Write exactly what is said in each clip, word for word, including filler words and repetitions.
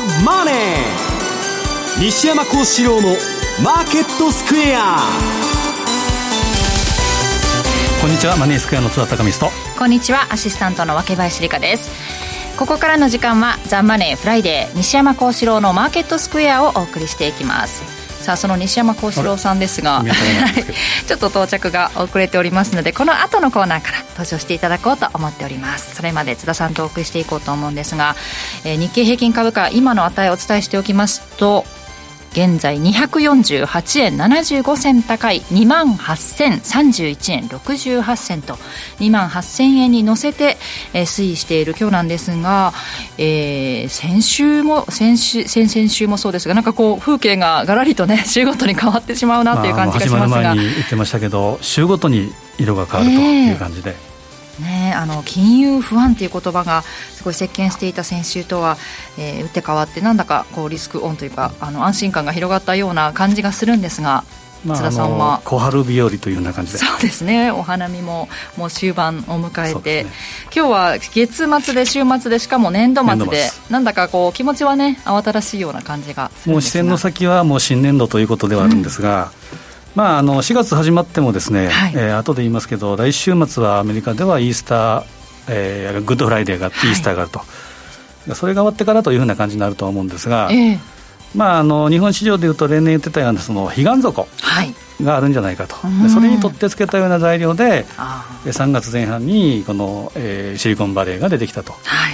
マネー」、西山幸四郎のマーケットスクエア。 こんにちは、マネースクエアの津田隆光と、 こんにちは、アシスタントの若林理香です。ここからの時間はザ・マネーフライデー、西山幸四郎のマーケットスクエアをお送りしていきます。さあ、その西山幸四郎さんですがちょっと到着が遅れておりますので、この後のコーナーから登場していただこうと思っております。それまで津田さんとお送りしていこうと思うんですが、えー、日経平均株価、今の値をお伝えしておきますと、現在にひゃくよんじゅうはちえんななじゅうごせん高い にまんはっせんさんじゅういちえんろくじゅうはちせんと にまんはっせんえんに乗せて、えー、推移している今日なんですが、えー、先週も先週先々週もそうですが、なんかこう風景がガラリとね、週ごとに変わってしまうなという感じがしますが、 まあ、始まる前に言ってましたけど、週ごとに色が変わるという感じで、えーね、あの金融不安という言葉がすごい席巻していた先週とは、えー、打って変わって、なんだかこうリスクオンというか、あの安心感が広がったような感じがするんですが、 まあ、 津田さんは小春日和というような感じで。 そうですね、お花見ももう終盤を迎えて、ね、今日は月末で週末で、しかも年度末で、なんだかこう気持ちはね、慌ただしいような感じがするんですが、 もう視線の先はもう新年度ということではあるんですが、うんまあ、あのしがつ始まってもですね、はい、えー、後で言いますけど、来週末はアメリカではイースター、えー、グッドフライデーがあって、イースターがあると、はい、それが終わってからというふうな感じになると思うんですが、えーまあ、あの日本市場でいうと例年言ってたようなその彼岸底があるんじゃないかと、はい、でそれに取ってつけたような材料でさんがつぜん半にこの、えー、シリコンバレーが出てきたと、はい、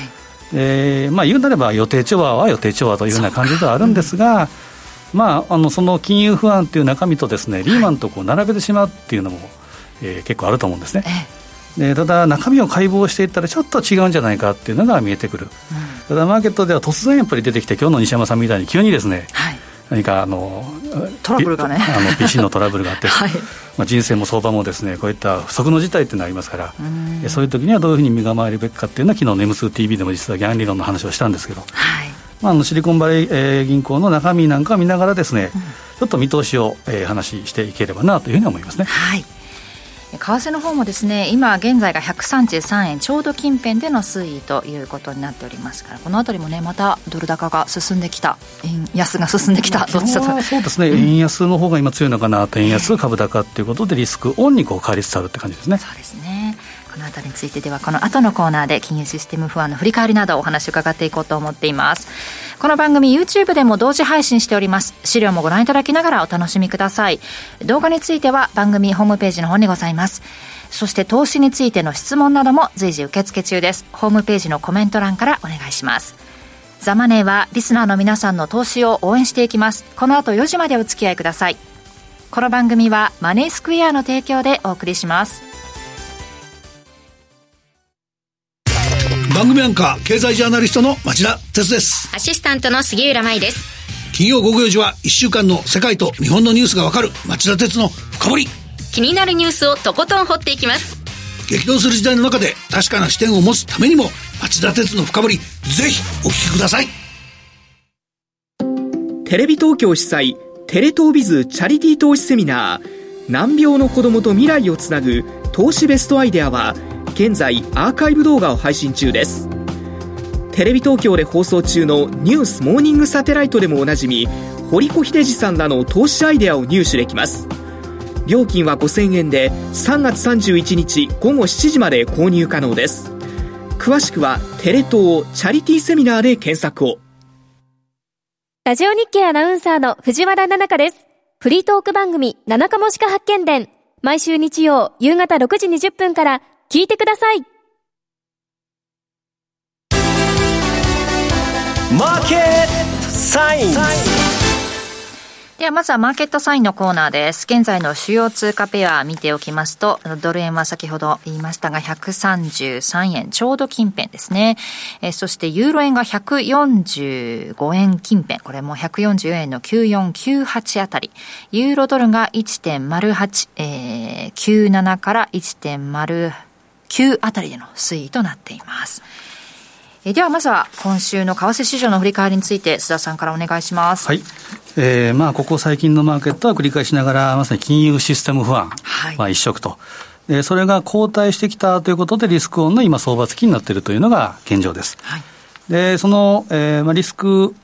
でまあ、言うなれば予定調和は予定調和というような感じではあるんですが、まあ、あのその金融不安という中身とですね、リーマンとこう並べてしまうっていうのも、えー、結構あると思うんですね。でただ中身を解剖していったらちょっと違うんじゃないかっていうのが見えてくる、うん、ただマーケットでは突然やっぱり出てきて、今日の西山さんみたいに急にですね、はい、何かあのトラブルがね、 あの ピーシー のトラブルがあって、はい、まあ、人生も相場もですね、こういった不測の事態っていうのがありますから、うん、そういう時にはどういうふうに身構えるべきかっていうのは、昨日の エムツーティービー でも実はギャン理論の話をしたんですけど、はい、まあ、あのシリコンバレー、えー、銀行の中身なんかを見ながらですね、うん、ちょっと見通しを、えー、話していければなというふうに思いますね。 はい、為替の方もですね、今現在がひゃくさんじゅうさんえんちょうど近辺での推移ということになっておりますから、このあたりもね、またドル高が進んできた、円安が進んできた、どっちだと。 そうですね、うん、円安の方が今強いのかなと、円安株高ということでリスクオンにこう変わりつつあるって感じですね。 そうですね。このあたりについてでは、この後のコーナーで金融システム不安の振り返りなどお話を伺っていこうと思っています。この番組 YouTube でも同時配信しております。資料もご覧いただきながらお楽しみください。動画については番組ホームページの方にございます。そして投資についての質問なども随時受付中です。ホームページのコメント欄からお願いします。ザ・マネーはリスナーの皆さんの投資を応援していきます。この後よじまでお付き合いください。この番組はマネースクエアの提供でお送りします。 番組アンカー経済ジャーナリストの町田哲です。 アシスタントの杉浦舞です。 金曜午後よじはいっしゅうかんの世界と日本のニュースがわかる町田哲の深掘り。 気になるニュースをとことん掘っていきます。 激動する時代の中で確かな視点を持つためにも、町田哲の深掘り、ぜひお聞きください。 テレビ東京主催テレ東ビズチャリティー投資セミナー、難病の子どもと未来をつなぐ投資ベストアイデアは現在アーカイブ動画を配信中です。テレビ東京で放送中のニュースモーニングサテライトでもおなじみ、堀子秀治さんらの投資アイデアを入手できます。料金はごせんえんでさんがつさんじゅういちにちごごしちじまで購入可能です。詳しくはテレ東チャリティーセミナーで検索を。 ラジオ日経アナウンサーの藤原奈々香です。フリートーク番組七日もしか発見伝、毎週日曜夕方ろくじにじゅっぷんから聞いてください。 マーケットサイン。 ではまずはマーケットサインのコーナーです。現在の主要通貨ペア見ておきますと、ドル円は先ほど言いましたがひゃくさんじゅうさんえんちょうど近辺ですね。えー、そしてユーロ円がひゃくよんじゅうごえん近辺、これもひゃくよんじゅうえんのきゅうよんきゅうはちあたり、ユーロドルが いちてんまるはちきゅうなな から いちてんまるきゅう あたりでの推移となっています。えではまずは今週の為替市場の振り返りについて須田さんからお願いします。 はい、えー、まあここ最近のマーケットは繰り返しながらまさに金融システム不安、はい、まあ、一色と、でそれが後退してきたということでリスクオンの今相場付きになっているというのが現状です。はい、でその、えーまあ、リスク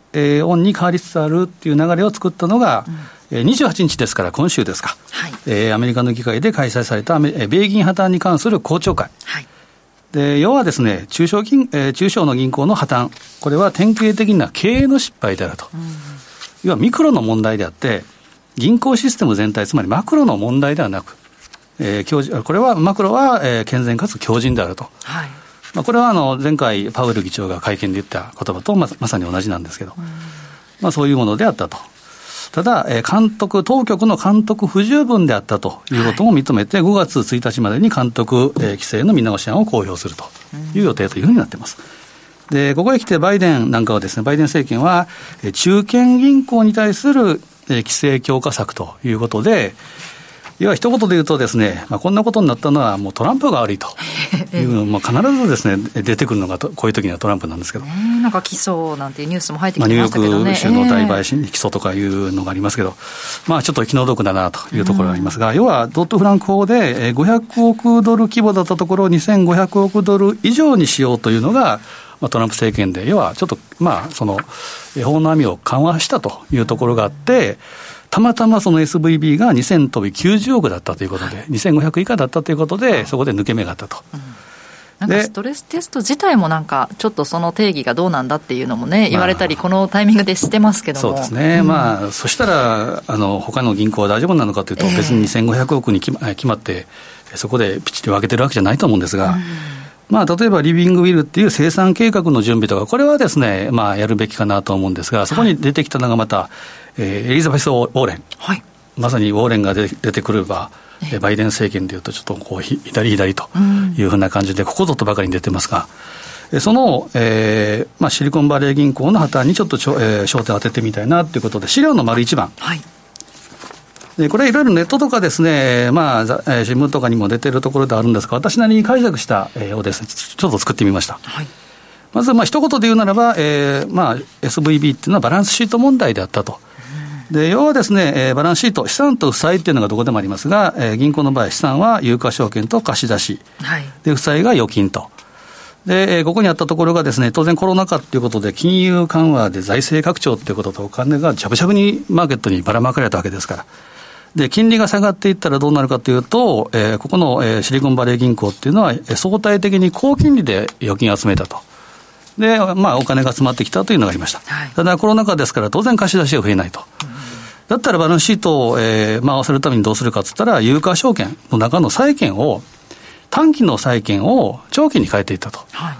えー、オンに変わりつつあるっていう流れを作ったのが、うん、にじゅうはちにちですから今週ですか、はい、えー、アメリカの議会で開催された米銀破綻に関する公聴会、はい、で要はですね、中小銀、えー、中小の銀行の破綻、これは典型的な経営の失敗であると、うん、要はミクロの問題であって銀行システム全体、つまりマクロの問題ではなく、えー、強靭これはマクロは、えー、健全かつ強靭であると、はい、まあ、これはあの前回パウエル議長が会見で言った言葉と ま, まさに同じなんですけど、うん、まあ、そういうものであったと。ただ、えー、監督当局の監督不十分であったということも認めて、はい、ごがつついたちまでに監督、えー、規制の見直し案を公表するという予定というふうになっています。でここへ来てバイデンなんかはですね、バイデン政権は、えー、中堅銀行に対する、えー、規制強化策ということで、要は一言で言うとですね、まあ、こんなことになったのはもうトランプが悪いというのも必ずですね出てくるのがこういう時にはトランプなんですけど、 えー、なんか起訴なんていうニュースも入ってきてましたけどね、まあ、 ニューヨーク州の大陪審起訴とかいうのがありますけど、まあ、ちょっと気の毒だなというところがありますが、うん、要はドットフランク法でごひゃくおくドル規模だったところをにせんごひゃくおくドル以上にしようというのが、まあ、トランプ政権で要はちょっとまあその法の網を緩和したというところがあって、たまたまその エスブイビー がにせん飛びきゅうじゅうおくだったということで、はい、にせんごひゃく以下だったということで、そこで抜け目があったと、うん、 なんかストレステスト自体もなんかちょっとその定義がどうなんだっていうのもね、言われたりこのタイミングでしてますけども、 そうですね、うん、まあそしたらあの他の銀行は大丈夫なのかというと、えー、別ににせんごひゃくおくに決 ま, 決まってそこでピッチリ分けてるわけじゃないと思うんですが、うん、まあ、例えばリビングウィルっていう生産計画の準備とか、これはですね、まあ、やるべきかなと思うんですが、そこに出てきたのがまた、えー、エリザベス・ウォーレン、はい、まさにウォーレンが出てくれば、バイデン政権でいうとちょっとこう左左というふうな感じでここぞとばかりに出てますが、その、えーまあ、シリコンバレー銀行の破綻にちょっとちょ、えー、焦点を当ててみたいなということで、資料の丸一番、はい、でこれはいろいろネットとかですね、まあ、新聞とかにも出てるところであるんですが、私なりに解釈したようです。ちょっと作ってみました、はい、まずまあ一言で言うならば、えーまあ、エスブイビー っていうのはバランスシート問題であったと。で要はですね、えー、バランスシート、資産と負債っていうのがどこでもありますが、えー、銀行の場合資産は有価証券と貸し出し、はい、で負債が預金と。で、えー、ここにあったところがですね、当然コロナ禍ということで金融緩和で財政拡張ということとお金がじゃぶじゃぶにマーケットにばらまかれたわけですから。で金利が下がっていったらどうなるかというと、えー、ここの、えー、シリコンバレー銀行っていうのは相対的に高金利で預金を集めたと。で、まあ、お金が集まってきたというのがありました、はい、ただコロナ禍ですから当然貸し出しが増えないと、うん、だったらバランスシートを、えーまあ、合わせるためにどうするかといったら、有価証券の中の債券を、短期の債券を長期に変えていったと、はい、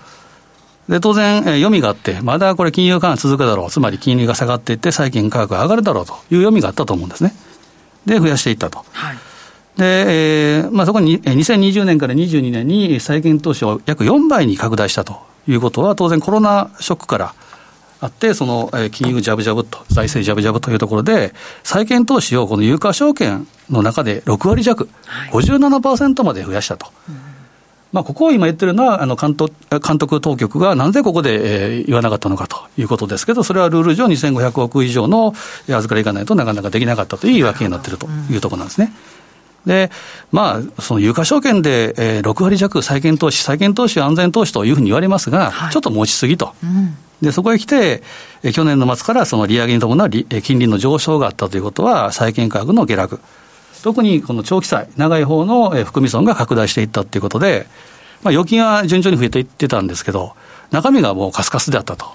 で当然、えー、読みがあって、まだこれ金融緩和続くだろう、つまり金利が下がっていって債券価格が上がるだろうという読みがあったと思うんですね。で増やしていったと、はい、で、えーまあ、そこににせんにじゅうねんからにじゅうにねんに債券投資を約よんばいに拡大したということは、当然コロナショックからあって、その金融ジャブジャブと財政ジャブジャブというところで、債券投資をこの有価証券の中でろくわりじゃく、はい、ごじゅうななパーセント まで増やしたと、うん、まあ、ここを今言ってるのはあの監督、監督当局がなぜここで、えー、言わなかったのかということですけど、それはルール上にせんごひゃくおく以上の預かりがないとなかなかできなかったという言い訳になっているというところなんですね。でまあ、その有価証券で、えー、ろくわりじゃく債券投資、債券投資は安全投資というふうに言われますが、はい、ちょっと持ちすぎと、うん、でそこへ来て、えー、去年の末からその利上げに伴う利、えー、金利の上昇があったということは、債券価格の下落、特にこの長期債、長い方の、えー、含み損が拡大していったということで、まあ、預金は順調に増えていってたんですけど、中身がもうカスカスであったと、はい、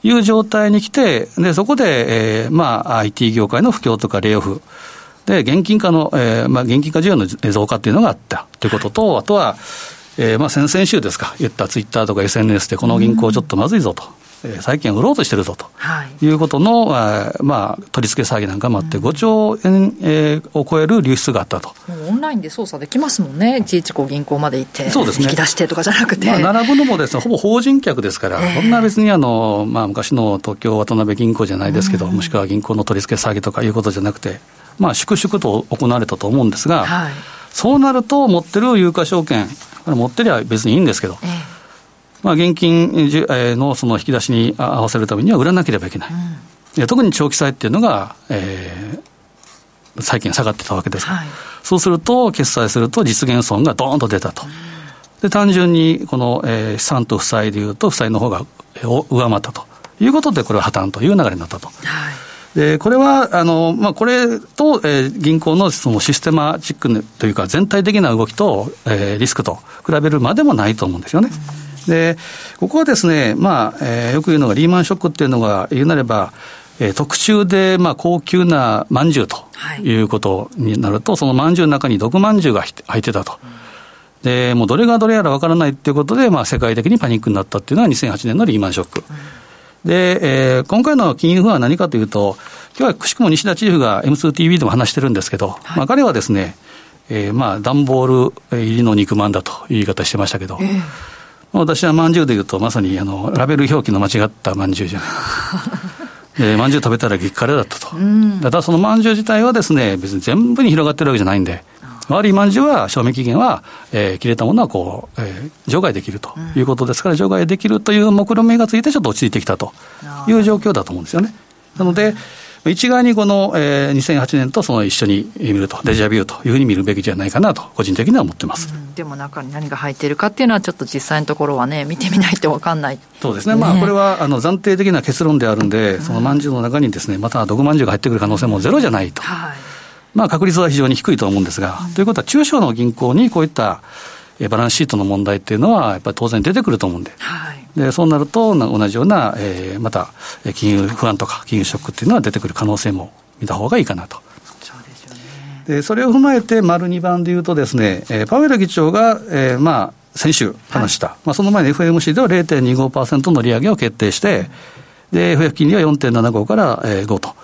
いう状態に来て、でそこで、えーまあ、アイティー 業界の不況とかレイオフで現金化の、えーまあ、現金化需要の増加というのがあったということと、はい、あとは、えーまあ、先々週ですか、言ったツイッターとか エスエヌエス でこの銀行ちょっとまずいぞと、えー、債券を売ろうとしてるぞと、はい、いうことの、えーまあ、取り付け騒ぎなんかもあって、ごちょうえん、えー、を超える流出があったと。 もうオンラインで操作できますもんね、いちいちこう銀行まで行って、そうですね、引き出してとかじゃなくて、まあ、 並ぶのもですね、ほぼ法人客ですから、えー、こんな別にあの、まあ、昔の東京渡辺銀行じゃないですけど、もしくは銀行の取り付け騒ぎとかいうことじゃなくて、まあ、粛々と行われたと思うんですが、はい、そうなると持ってる有価証券、持ってりゃ別にいいんですけど、えーまあ、現金のその引き出しに合わせるためには売らなければいけない、うん、特に長期債っていうのが、えー、債券下がってたわけですから、はい、そうすると決済すると実現損がドーンと出たと、うん、で単純にこの、えー、資産と負債でいうと負債の方が上回ったということでこれは破綻という流れになったと、はい、でこれはあの、まあ、これと、えー、銀行 の, そのシステマチックというか全体的な動きと、えー、リスクと比べるまでもないと思うんですよね。でここはですね、まあえー、よく言うのがリーマンショックっていうのが言うなれば、えー、特注で、まあ、高級なまんじゅうということになると、はい、そのまんじゅうの中に毒まんじゅうが入ってたと、うん、でもうどれがどれやらわからないということで、まあ、世界的にパニックになったっていうのがにせんはちねんのリーマンショック、うん、で、えー、今回の金融不安は何かというと、今日はくしくも西田チーフが エムツーティービー でも話してるんですけど、はい、まあ、彼はですね、えー、まあ段ボール入りの肉まんだという言い方してましたけど、えー私はまんじゅうでいうとまさにあのラベル表記の間違ったまんじゅうじゃないでまんじゅう食べたら激辛だったと、うん、ただそのまんじゅう自体はですね別に全部に広がってるわけじゃないんで、悪いまんじゅうは賞味期限は、えー、切れたものはこう、えー、除外できるということですから、うん、除外できるという目論見がついてちょっと落ち着いてきたという状況だと思うんですよね。なので一概にこの、えー、にせんはちねんとその一緒に見るとデジャビューというふうに見るべきじゃないかなと個人的には思ってます、うん、 でも中に何が入っているかっていうのはちょっと実際のところはね見てみないと分かんない。 そうですね、まあ、これはあの暫定的な結論であるんで、うん、そのまんじゅうの中にですねまた毒まんじゅうが入ってくる可能性もゼロじゃないと、はい、まあ、確率は非常に低いと思うんですが、うん、ということは中小の銀行にこういったバランスシートの問題っていうのはやっぱり当然出てくると思うんで、はい、でそうなると同じような、えー、また金融不安とか金融ショックっていうのは出てくる可能性も見た方がいいかなと。 そうですよね。 でそれを踏まえて丸にばんで言うとですね、えー、パウエル議長が、えー、まあ先週話した、はい、まあ、その前に エフオーエムシー では ゼロてんにごパーセント の利上げを決定して、うん、で エフエフ 金利は よんてんななご から、えー、ごと、はい、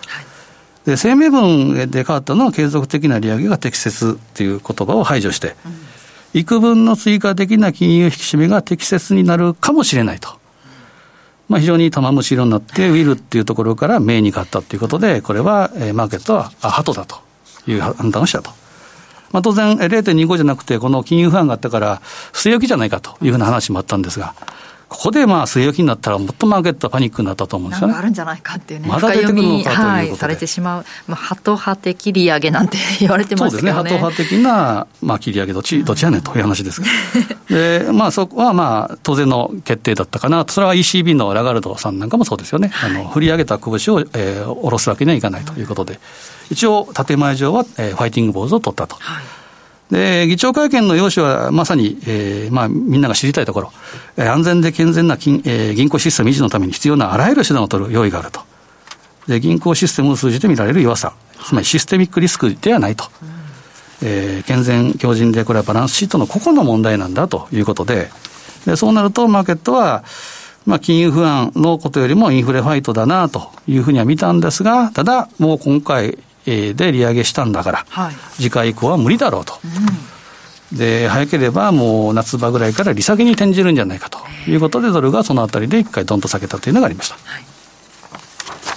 で声明文で変わったのは継続的な利上げが適切という言葉を排除して、うん、幾分の追加的な金融引き締めが適切になるかもしれないと、まあ、非常に玉虫色になってウィルっていうところから名に変わったということで、これはマーケットは鳩だという判断をしたと、まあ、当然 ゼロてんにご じゃなくてこの金融不安があったから据え置きじゃないかというふうな話もあったんですが、ここでまあ据え置きになったらもっとマーケットはパニックになったと思うんですよね。 なんかあるんじゃないかっていうね、 まだ出てくるのかということで、 はい、されてしまう、まあ、鳩派的利上げなんて言われてますけどね。 そうですね、鳩派的な、まあ、切り上げどっち、どっちやねんという話ですがで、まあ、そこはまあ当然の決定だったかなと。それは イーシービー のラガルドさんなんかもそうですよね、はい、あの振り上げた拳を、えー、下ろすわけにはいかないということで、一応建前上は、えー、ファイティングポーズを取ったと、はい。で議長会見の要旨はまさに、えーまあ、みんなが知りたいところ、えー、安全で健全な金、えー、銀行システム維持のために必要なあらゆる手段を取る用意があると。で銀行システムを通じて見られる弱さ、つまりシステミックリスクではないと、うん、えー、健全強靭でこれはバランスシートの個々の問題なんだということで、でそうなるとマーケットは、まあ、金融不安のことよりもインフレファイトだなというふうには見たんですが、ただもう今回で利上げしたんだから、はい、次回以降は無理だろうと、うん、で早ければもう夏場ぐらいから利下げに転じるんじゃないかということで、ドルがそのあたりで一回ドンと下げたというのがありました、はい。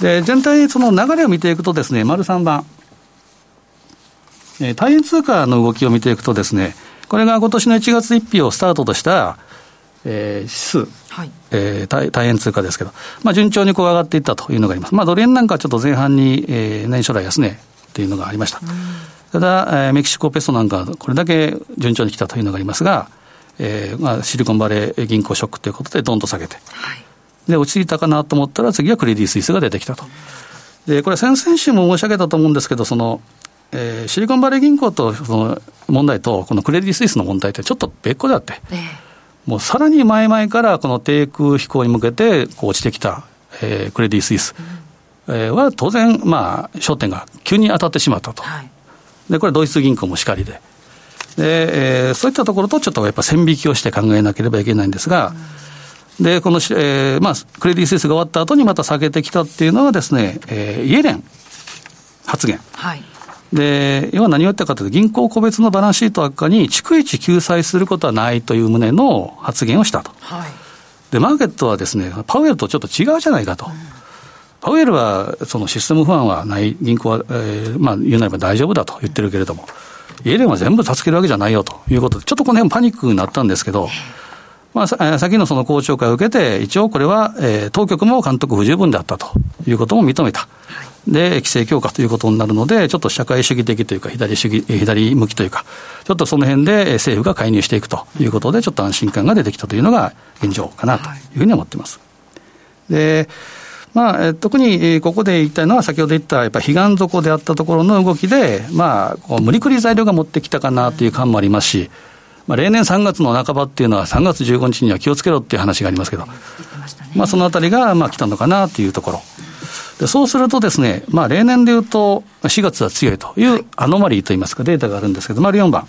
で全体にその流れを見ていくとですね、丸さんばん、えー、対円通貨の動きを見ていくとですね、これが今年のいちがつついたちをスタートとした、えー、指数、はい、えー、対, 対円通貨ですけど、まあ、順調にこう上がっていったというのがあります。まあ、ドル円なんかはちょっと前半に、えー、年初来安値というのがありました。ただ、えー、メキシコペソなんかはこれだけ順調に来たというのがありますが、えーまあ、シリコンバレー銀行ショックということでドンと下げて、はい、で落ち着いたかなと思ったら次はクレディ・スイスが出てきたと。でこれ先々週も申し上げたと思うんですけど、その、えー、シリコンバレー銀行とその問題とこのクレディ・スイスの問題ってちょっと別個であって、えーもうさらに前々からこの低空飛行に向けてこう落ちてきた、えー、クレディ・スイス、うん、えー、は当然、まあ、焦点が急に当たってしまったと、はい、でこれドイツ銀行もしかりで、で、えー、そういったところとちょっとやっぱ線引きをして考えなければいけないんですが、うん、でこの、えーまあ、クレディ・スイスが終わった後にまた下げてきたっていうのはですね、えー、イエレン発言、はい、で要は何を言ったかというと、銀行個別のバランスシート悪化に逐一救済することはないという旨の発言をしたと、はい、でマーケットはですねパウエルとちょっと違うじゃないかと、うん、パウエルはそのシステム不安はない銀行は、えーまあ、言うなれば大丈夫だと言ってるけれども、イエレンは全部助けるわけじゃないよということで、ちょっとこの辺パニックになったんですけど、まあ、先のその公聴会を受けて一応これは、えー、当局も監督不十分であったということも認めた、はい、で規制強化ということになるので、ちょっと社会主義的というか左主義左向きというか、ちょっとその辺で政府が介入していくということでちょっと安心感が出てきたというのが現状かなというふうに思っています。でまあ、え特にここで言いたいのは、先ほど言ったやっぱり彼岸底であったところの動きで、まあ、こう無理くり材料が持ってきたかなという感もありますし、まあ、例年さんがつの半ばっていうのはさんがつじゅうごにちには気をつけろっていう話がありますけど、まあ、そのあたりがまあ来たのかなというところで、そうするとですね、まあ、例年でいうとしがつは強いというアノマリーといいますかデータがあるんですけど、丸よんばん、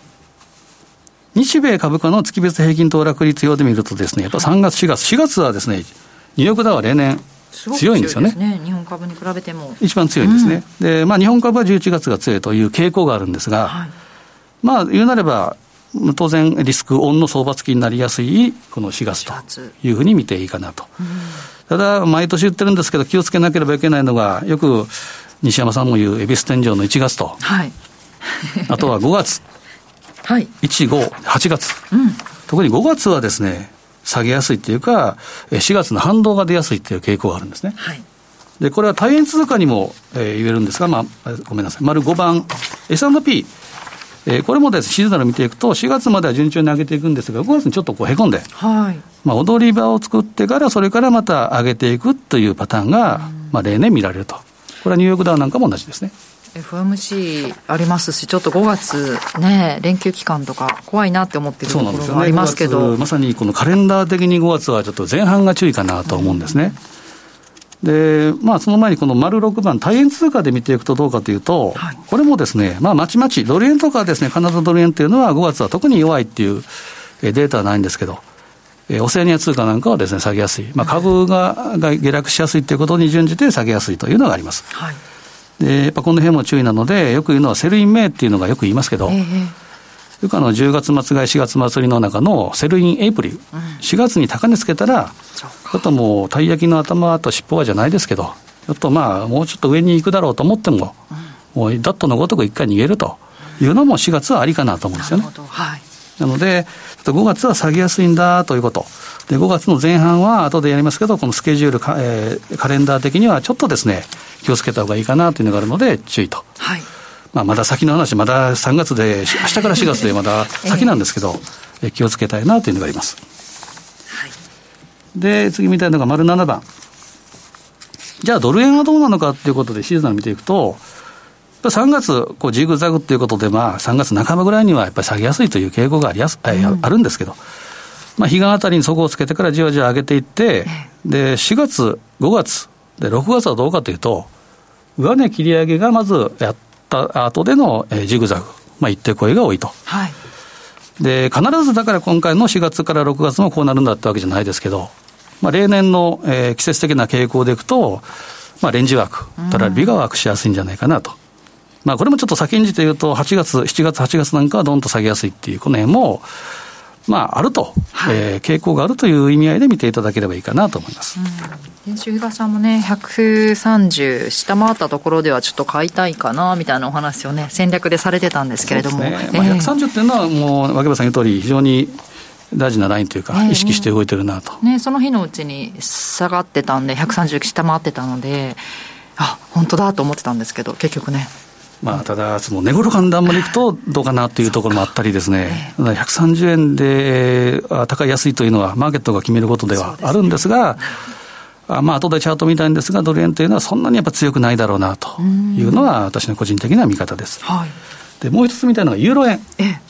日米株価の月別平均騰落率表で見るとですね、やっぱさんがつしがつしがつはですね、ニューヨークダウは例年強いんですよね。 すごく強いですね。日本株に比べても一番強いんですね、うん、で、まあ、日本株はじゅういちがつが強いという傾向があるんですが、はい、まあ言うなれば当然リスクオンの相場付きになりやすいこのしがつというふうに見ていいかなと、うん、ただ毎年言ってるんですけど、気をつけなければいけないのが、よく西山さんも言う恵比寿天井のいちがつと、はい、あとはごがつ、はい、いち、ご、はちがつ、うん、特にごがつはですね下げやすいというか、しがつの反動が出やすいという傾向があるんですね、はい、でこれは対円通貨にも、えー、言えるんですが、まあ、ごめんなさい、丸ごばん エスアンドピー、えー、これもですねシーズナル見ていくとしがつまでは順調に上げていくんですが、ごがつにちょっとこうへこんで、はい、まあ、踊り場を作ってからそれからまた上げていくというパターンが、まあ、例年見られると。これはニューヨークダウなんかも同じですね。 エフオーエムシー ありますし、ちょっとごがつね連休期間とか怖いなって思ってるところがありますけど、そうなんですよね、ごがつまさにこのカレンダー的にごがつはちょっと前半が注意かなと思うんですね、うん、で、まあ、その前にこの丸ろくばん対円通貨で見ていくとどうかというと、はい、これもですね、まあ、まちまちドル円とかですね、カナダドル円というのはごがつは特に弱いっていうデータはないんですけど、オセアニア通貨なんかはですね下げやすい、まあ、株がが下落しやすいということに準じて下げやすいというのがあります、はい、でやっぱこの辺も注意なので、よく言うのはセルインメイっていうのがよく言いますけど、えー、よくあのじゅうがつ末買いしがつ末売りの中のセルインエイプリル、うん、しがつに高値つけたらちょっともうたい焼きの頭と尻尾はじゃないですけど、ちょっとまあもうちょっと上に行くだろうと思っても、うん、もうダットのごとく一回逃げるというのもしがつはありかなと思うんですよね。なるほど、はい、なのでごがつは下げやすいんだということで、ごがつの前半は後でやりますけど、このスケジュールか、えー、カレンダー的にはちょっとですね気をつけた方がいいかなというのがあるので注意と、はい、まあ、まだ先の話、まださんがつで明日からしがつでまだ先なんですけど、えー、気をつけたいなというのがあります、はい、で次みたいなのが丸ななばん、じゃあドル円はどうなのかということでシーズンを見ていくと、さんがつこうジグザグということで、まあ、さんがつなかばぐらいにはやっぱり下げやすいという傾向がありやす、うん、あるんですけど、まあ、彼岸あたりに底をつけてからじわじわ上げていって、でしがつごがつでろくがつはどうかというと、上値切り上げがまずやった後でのジグザグ、まあ、一定超えが多いと、はい、で必ずだから今回のしがつからろくがつもこうなるんだってわけじゃないですけど、まあ、例年の、えー、季節的な傾向でいくと、まあ、レンジワークただ美がワークしやすいんじゃないかなと、まあ、これもちょっと先んじて言うとはちがつしちがつはちがつなんかはどんと下げやすいっていうこの辺もまああると、はい、えー、傾向があるという意味合いで見ていただければいいかなと思います。 先週比嘉さんもねひゃくさんじゅう下回ったところではちょっと買いたいかなみたいなお話をね戦略でされてたんですけれども、そうですね、まあ、ひゃくさんじゅうっていうのはもう脇原さん言う通り非常に大事なラインというか意識して動いてるなと、 ねね、その日のうちに下がってたんでひゃくさんじゅう下回ってたので、あ本当だと思ってたんですけど結局ね、 まあ、ただその値頃感であんまりいくとどうかなというところもあったりですね、ひゃくさんじゅうえんで高い安いというのはマーケットが決めることではあるんですが、あまあ後でチャート見たいんですが、ドル円というのはそんなにやっぱ強くないだろうなというのは私の個人的な見方です、はい、でもう一つ見たいのがユーロ円、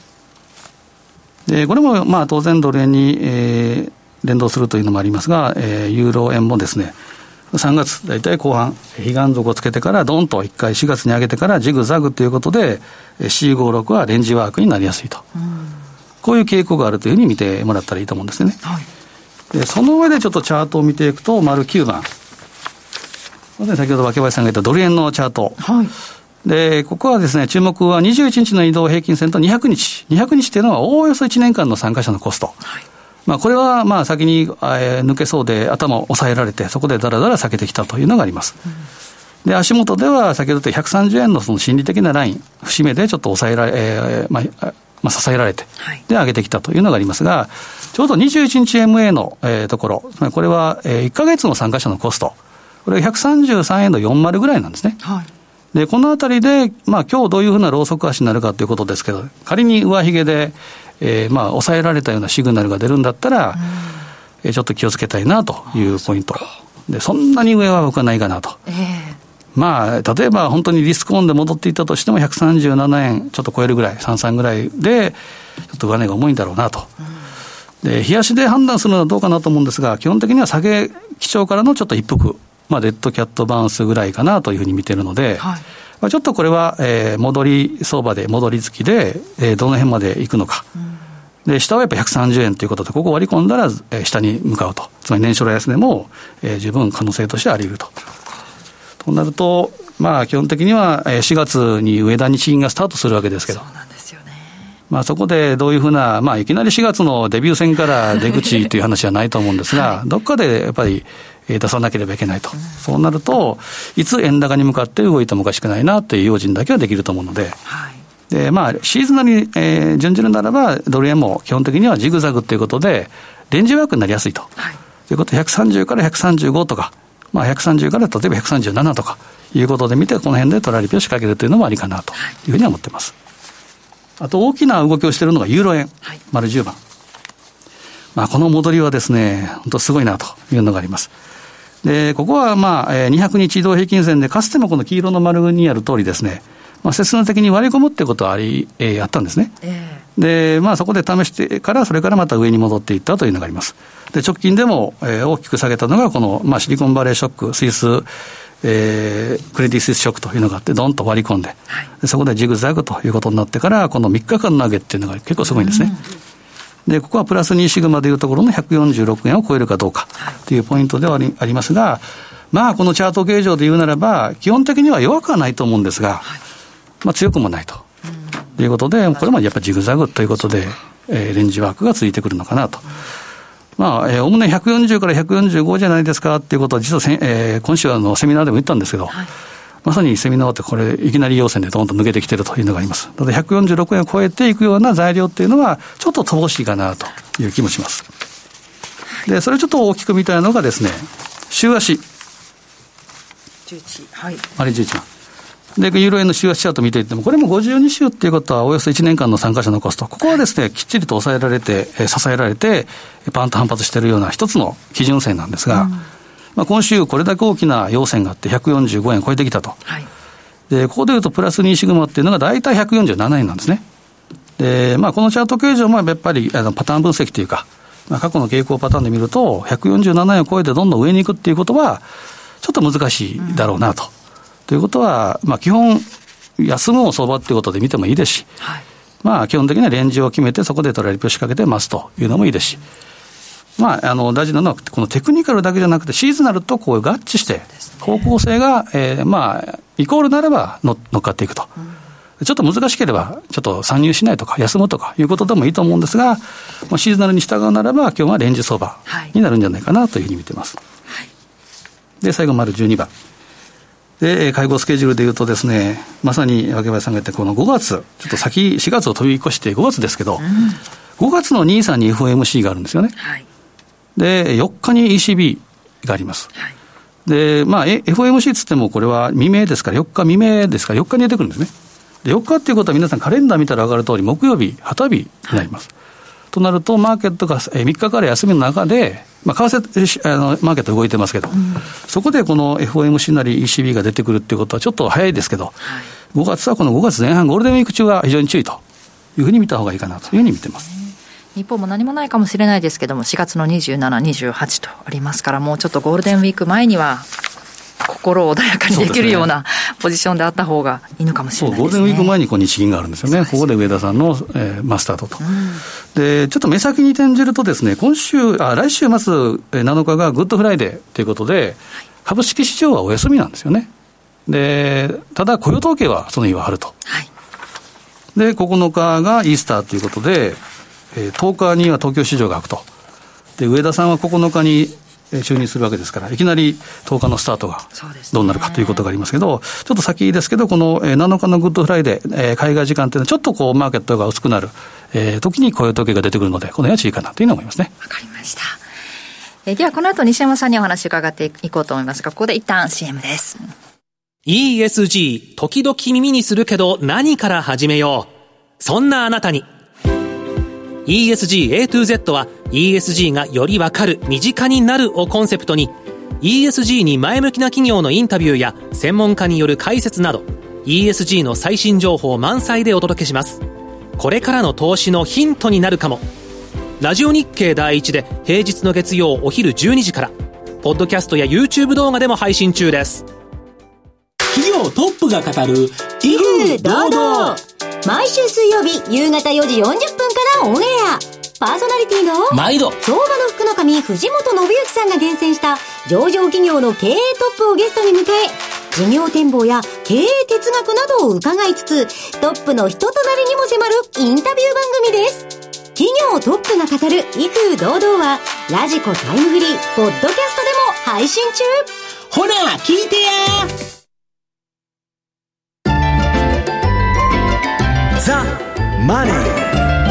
でこれもまあ当然ドル円に、えー、連動するというのもありますが、えー、ユーロ円もですねさんがつ大体後半彼岸底をつけてからドンといっかいしがつに上げてからジグザグということで シーごじゅうろく はレンジワークになりやすいと、うん、こういう傾向があるというふうに見てもらったらいいと思うんですね、はい、でその上でちょっとチャートを見ていくと丸きゅうばん、先ほど脇林さんが言ったドル円のチャート、はい、でここはですね注目はにじゅういちにちの移動平均線とにひゃくにちにひゃくにちというのはおおよそいちねんかんの参加者のコスト、はい、まあ、これはまあ先に抜けそうで頭を抑えられてそこでだらだら避けてきたというのがあります、うん、で足元では先ほど言ったひゃくさんじゅうえんのその心理的なライン節目でちょっと抑えられ、えーまあまあ、支えられてで上げてきたというのがありますが、ちょうどにじゅういちにち エムエー の、えー、ところこれは、えー、いっかげつの参加者のコスト、これがひゃくさんじゅうさんえんのよんじゅうぐらいなんですね、はい、でこのあたりで、まあ、今日どういうふうなローソク足になるかということですけど、仮に上髭でえーまあ、抑えられたようなシグナルが出るんだったら、うん、えー、ちょっと気をつけたいなというポイントでそんなに上は僕はないかなと、えー、まあ例えば本当にリスクオンで戻っていったとしてもひゃくさんじゅうななえんちょっと超えるぐらいさんじゅうさんぐらいでちょっと上値が重いんだろうなと、うん、で冷やしで判断するのはどうかなと思うんですが、基本的には下げ基調からのちょっと一服、まあ、デッドキャットバウンスぐらいかなというふうに見ているので、はい、まあ、ちょっとこれは、えー、戻り相場で戻り付きで、えー、どの辺まで行くのか、うん、で下はやっぱりひゃくさんじゅうえんということで、ここ割り込んだら、えー、下に向かうと、つまり年初来安値も、えー、十分可能性としてあり得ると。となると、まあ、基本的にはしがつに上田日銀がスタートするわけですけど、そうなんですよね。まあ、そこでどういうふうな、まあ、いきなりしがつのデビュー戦から出口という話はないと思うんですが、はい、どっかでやっぱり出さなければいけないと、うん、そうなるといつ円高に向かって動いてもおかしくないなという用心だけはできると思うので、はい、でまあ、シーズナルに、えー、準じるならばドル円も基本的にはジグザグということでレンジワークになりやすいと、はい、ということでひゃくさんじゅうからひゃくさんじゅうごとか、まあ、ひゃくさんじゅうから例えばひゃくさんじゅうななとかいうことで見て、この辺でトラリピを仕掛けるというのもありかなというふうには思っています。あと大きな動きをしているのがユーロ円、はい、丸じゅうばん、まあ、この戻りはですね本当すごいなというのがあります。でここはまあにひゃくにち移動平均線でかつてもこの黄色の丸にある通りですね、まあ、切断的に割り込むってことはあり、えー、あったんですね、えー、でまあそこで試してからそれからまた上に戻っていったというのがあります。で直近でも、えー、大きく下げたのがこの、まあ、シリコンバレーショックスイス、えー、クレディ・スイスショックというのがあってドンと割り込んで、はい、でそこでジグザグということになってからこのみっかかんの上げっていうのが結構すごいんですね、うん、でここはプラスにシグマでいうところのひゃくよんじゅうろくえんを超えるかどうかというポイントではありますが、まあこのチャート形状で言うならば基本的には弱くはないと思うんですが、はい、まあ強くもないと、うん、いうことでこれもやっぱりジグザグということで、えー、レンジワークがついてくるのかなと、うん、まあ、えー、おおむねひゃくよんじゅうからひゃくよんじゅうごじゃないですかっていうことは実はせ、えー、今週のセミナーでも言ったんですけど、はい、まさにセミナーってこれいきなり陽線でドーンと抜けてきてるというのがあります。なのでひゃくよんじゅうろくえんを超えていくような材料っていうのはちょっと乏しいかなという気もします。でそれをちょっと大きく見たいのがですね、週足じゅういち、はい、あれじゅういちばんでユーロ円の週足チャート見ていっても、これもごじゅうに週っていうことはおよそいちねんかんの参加者のコスト、ここはですねきっちりと抑えられて、えー、支えられてパンと反発しているような一つの基準線なんですが、うん、まあ、今週これだけ大きな陽線があってひゃくよんじゅうごえん超えてきたと、はい、でここでいうとプラスにシグマっていうのがだいたいひゃくよんじゅうななえんなんですね。で、まあ、このチャート形状もやっぱりあのパターン分析というか、まあ、過去の傾向パターンで見るとひゃくよんじゅうななえんを超えてどんどん上に行くっていうことはちょっと難しいだろうなと、うん、ということは、まあ、基本安むを相場っていうことで見てもいいですし、はい、まあ、基本的にはレンジを決めてそこでトラリピを仕掛けてますというのもいいですし、まあ、あの大事なのはこのテクニカルだけじゃなくてシーズナルとこう合致して方向性が、えー、まあイコールならば乗っかっていくと、うん、ちょっと難しければちょっと参入しないとか休むとかいうことでもいいと思うんですが、まあ、シーズナルに従うならば今日はレンジ相場になるんじゃないかなというふうに見てます、はい、で最後丸じゅうにばんで会合スケジュールでいうとですね、まさに若林さんが言ったこのごがつ、ちょっと先しがつを飛び越してごがつですけど、うん、ごがつのにじゅうさんに エフオーエムシー があるんですよね、はい、でよっかに イーシービー があります、はい、でまあ エフオーエムシー つってもこれは未明ですからよっか未明ですからよっかに出てくるんですね。でよっかっていうことは皆さんカレンダー見たら分かる通り木曜日旗日になります、はい、となるとマーケットがみっかから休みの中で、まあ、為替あのマーケット動いてますけど、うん、そこでこの エフオーエムシー なり イーシービー が出てくるっていうことはちょっと早いですけど、はい、ごがつはこのごがつぜん半ゴールデンウィーク中は非常に注意というふうに見た方がいいかなというふうに見てます。 日本も何もないかもしれないですけどもしがつのにじゅうしち、にじゅうはちとありますから、もうちょっとゴールデンウィーク前には心を穏やかにできるようなポジションであった方がいいのかもしれないですね。 そうゴールデンウィーク前にこう日銀があるんですよね。ここで上田さんの、えー、マスタードと、うん、でちょっと目先に転じるとですね、今週あ来週末なのかがグッドフライデーということで、はい、株式市場はお休みなんですよね。でただ雇用統計はその日はあると、はい、でここのかがイースターということで、えー、とおかには東京市場が開くと。で上田さんはここのかに就任するわけですから、いきなりとおかのスタートがどうなるかということがありますけど、ちょっと先ですけどこのなのかのグッドフライデー、えー、海外時間というのはちょっとこうマーケットが薄くなる、えー、時に雇用統計が出てくるので、この辺は注意かなというのを思いますね。 わかりました。えー、ではこの後西山さんにお話を伺っていこうと思いますが、ここで一旦 シーエム です。 イーエスジー 時々耳にするけど何から始めよう、そんなあなたに イーエスジー A to Z は イーエスジー がよりわかる、身近になるをコンセプトにイーエスジー に前向きな企業のインタビューや専門家による解説など イーエスジー の最新情報満載でお届けします。これからの投資のヒントになるかも。ラジオ日経第一で平日の月曜お昼じゅうにじから、ポッドキャストや YouTube 動画でも配信中です。 企業トップが語る威風堂々、 毎週水曜日夕方よじよんじゅっぷんからオンエア。パーソナリティの毎度相場の福の神藤本信之さんが厳選した上場企業の経営トップをゲストに迎え、事業展望や経営哲学などを伺いつつ、トップの人となりにも迫るインタビュー番組です。企業トップが語る威風堂々はラジコタイムフリーポッドキャストでも配信中。 ほら聞いてや。ザ・マネー。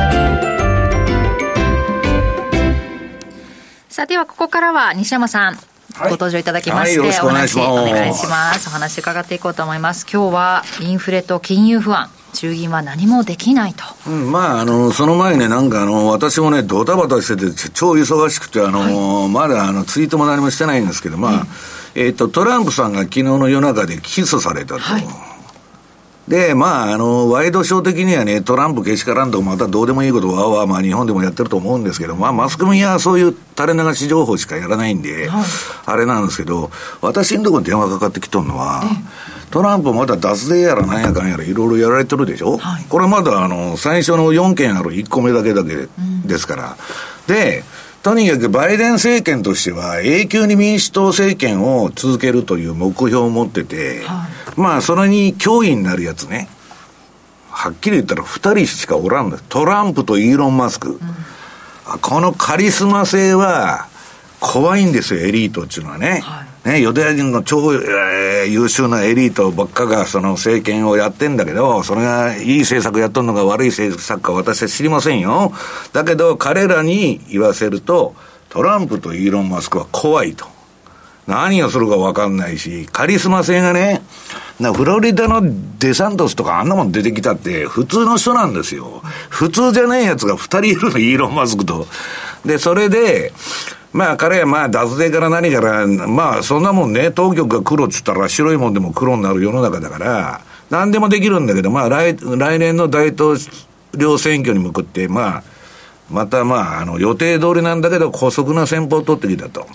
さあ、ではここからは西山さん、はい、ご登場いただきまして、はい、よろしくお願いします。お願いします。お話伺っていこうと思います。今日はインフレと金融不安、中銀は何もできないと、 うん、まああのその前ね、なんかあの私もねドタバタしてて超忙しくて、あの、はい、まだあのツイートも何もしてないんですけど、まあ、うん、えーとトランプさんが昨日の夜中で起訴されたと、はい、でまああのワイドショー的にはね、トランプけしからんとまたどうでもいいことはわまあ日本でもやってると思うんですけど、まあマスコミはそういう垂れ流し情報しかやらないんで、はい、あれなんですけど、私のところに電話かかってきとんのは、トランプまだ脱税やらなんやかんやらいろいろやられてるでしょ、はい、これまだあの最初のよんけんあるいっこめだけだけですから、うん、でとにかくバイデン政権としては永久に民主党政権を続けるという目標を持ってて、はい、まあそれに脅威になるやつね、はっきり言ったらふたりしかおらんの。トランプとイーロン・マスク、うん、このカリスマ性は怖いんですよ、エリートっていうのはね、はい、ね、ユダヤ人の超、えー、優秀なエリートばっかがその政権をやってんだけど、それがいい政策やっとんのか悪い政策か私は知りませんよ。だけど彼らに言わせるとトランプとイーロン・マスクは怖いと。何をするか分かんないし、カリスマ性がね、なフロリダのデサントスとかあんなもん出てきたって普通の人なんですよ。普通じゃないやつがふたりいるの、イーロン・マスクと。でそれでまあ彼はまあ脱税から何からまあそんなもんね、当局が黒っつったら白いもんでも黒になる世の中だから何でもできるんだけど、まあ来来年の大統領選挙に向かってまあまたまああの予定通りなんだけど姑息な戦法を取ってきたと、はい、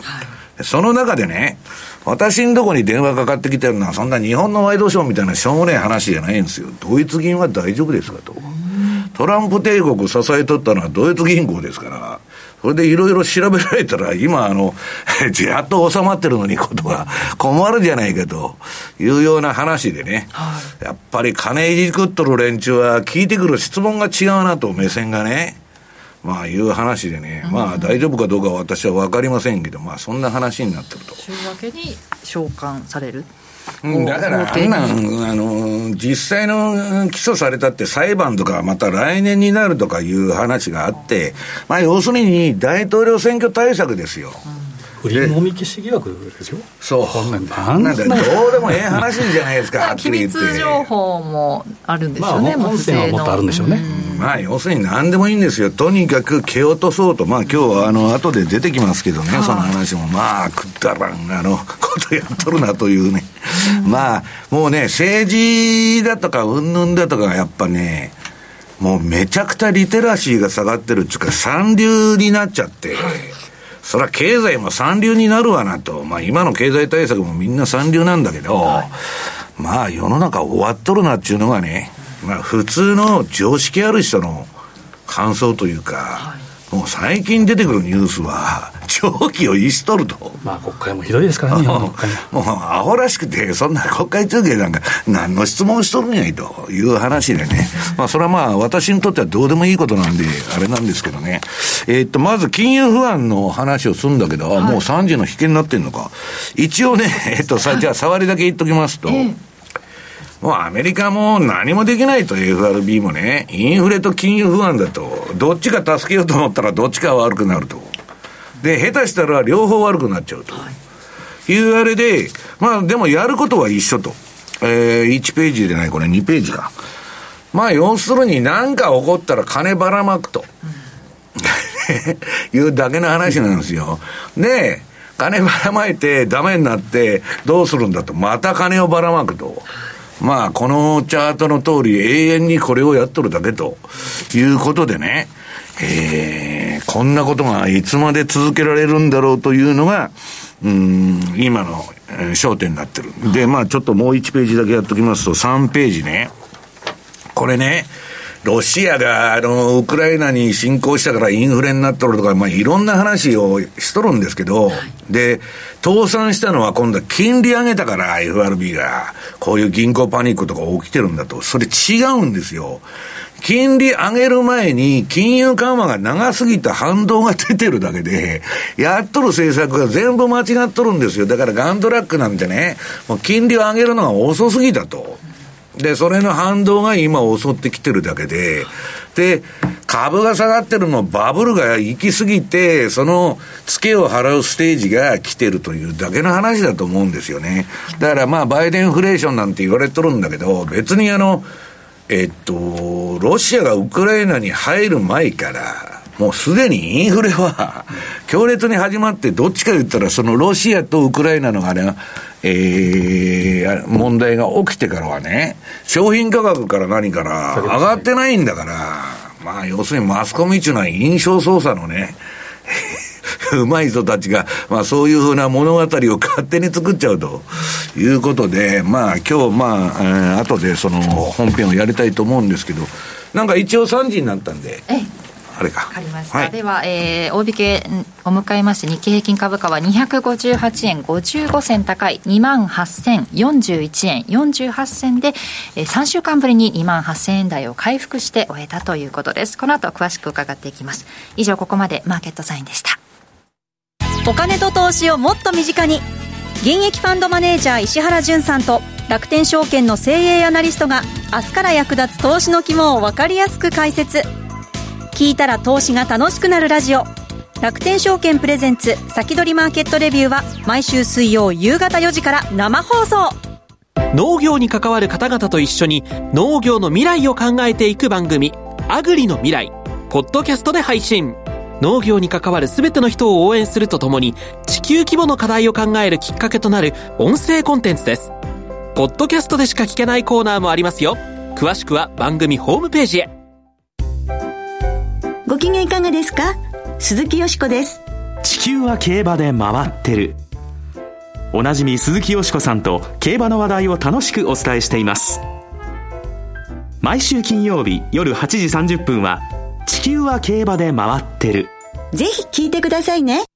その中でね、私のとこに電話かかってきてるのはそんな日本のワイドショーみたいなしょうもない話じゃないんですよ。ドイツ銀は大丈夫ですかと。トランプ帝国を支えとったのはドイツ銀行ですから、それでいろいろ調べられたら今あのやっと収まってるのにことが困るじゃないかというような話でね、はい、やっぱり金いじくっとる連中は聞いてくる質問が違うなと、目線がね、まあいう話でね、うん、まあ大丈夫かどうかは私は分かりませんけど、まあそんな話になってると。 週明けに召喚される。 うん、だからあんなんあの実際の起訴されたって裁判とかまた来年になるとかいう話があって、まあ要するに大統領選挙対策ですよ。 振りもみ消し疑惑ですよ。 そう。こんなんなんだどうでもええ話じゃないですか。はっきり言って。 機密情報もあるんですよね。 まあ本線はもっとあるんでしょうね。 うん、まあ要するに何でもいいんですよ。とにかく蹴落とそうと。まあ今日はあの後で出てきますけどね、その話もまあくだらんあのことやっとるなというね。うん、まあもうね、政治だとか云々だとかやっぱね、もうめちゃくちゃリテラシーが下がってるっていうか三流になっちゃって。はい、それは経済も三流になるわなと。まあ今の経済対策もみんな三流なんだけど、はい、まあ世の中終わっとるなっていうのがね、まあ普通の常識ある人の感想というか、はい、もう最近出てくるニュースは常軌を逸しとると。 まあ国会もひどいですからね。 もうアホらしくて、そんな国会中継なんか何の質問しとるんやいという話でね。まあそれはまあ私にとってはどうでもいいことなんであれなんですけどね。えー、っとまず金融不安の話をするんだけど、はい、もうさんじの引けになってんのか。一応ね、えっとさ、じゃあ触りだけ言っときますと、えーもうアメリカも何もできないと エフアールビー もね、インフレと金融不安だとどっちか助けようと思ったらどっちか悪くなると。で下手したら両方悪くなっちゃうと、はい、いうあれで、まあでもやることは一緒と、えー、いちページでないこれにページか。まあ要するに何か起こったら金ばらまくと、うん、いうだけの話なんですよ。で金ばらまいてダメになってどうするんだと、また金をばらまくと。まあこのチャートの通り永遠にこれをやっとるだけということでね、えー、こんなことがいつまで続けられるんだろうというのがうーん今の、えー、焦点になってる。でまあちょっともういちページだけやっときますと、さんページね、これね、ロシアがあのウクライナに侵攻したからインフレになっとるとか、まあいろんな話をしとるんですけど、で倒産したのは今度は金利上げたから エフアールビー がこういう銀行パニックとか起きてるんだと。それ違うんですよ。金利上げる前に金融緩和が長すぎた反動が出てるだけで、やっとる政策が全部間違っとるんですよ。だからガントラックなんてね、もう金利を上げるのが遅すぎたと。で、それの反動が今襲ってきてるだけで、で、株が下がってるのバブルが行き過ぎて、そのツケを払うステージが来てるというだけの話だと思うんですよね。だからまあバイデンフレーションなんて言われとるんだけど、別にあの、えっと、ロシアがウクライナに入る前から、もうすでにインフレは強烈に始まって、どっちか言ったらそのロシアとウクライナのあれが、えー、問題が起きてからはね、商品価格から何から上がってないんだから、まあ要するにマスコミっていうのは印象操作のね、うまい人たちが、まあそういうふうな物語を勝手に作っちゃうということで、まあ今日まあ、えー、後でその本編をやりたいと思うんですけど、なんか一応さんじになったんで、 えあれか。 わかりました。 はい、 では、えー、大引けを迎えまして日経平均株価はにひゃくごじゅうはちえんごじゅうごせん高い にまんはっせんよんじゅういちえんよんじゅうはっせんで、えー、さんしゅうかんぶりににまんはっせんえん台を回復して終えたということです。この後詳しく伺っていきます。以上、ここまでマーケットサインでした。 お金と投資をもっと身近に、現役ファンドマネージャー石原潤さんと楽天証券の精鋭アナリストが明日から役立つ投資の肝を分かりやすく解説。聞いたら投資が楽しくなるラジオ、楽天証券プレゼンツ先取りマーケットレビューは毎週水曜夕方よじから生放送。 農業に関わる方々と一緒に農業の未来を考えていく番組、アグリの未来、ポッドキャストで配信。農業に関わる全ての人を応援するとともに、地球規模の課題を考えるきっかけとなる音声コンテンツです。ポッドキャストでしか聞けないコーナーもありますよ。詳しくは番組ホームページへ。 ご機嫌いかがですか？鈴木よしこです。 地球は競馬で回ってる。おなじみ鈴木よしこさんと競馬の話題を楽しくお伝えしています。毎週金曜日夜はちじさんじゅっぷんは地球は競馬で回ってる。 ぜひ聞いてくださいね。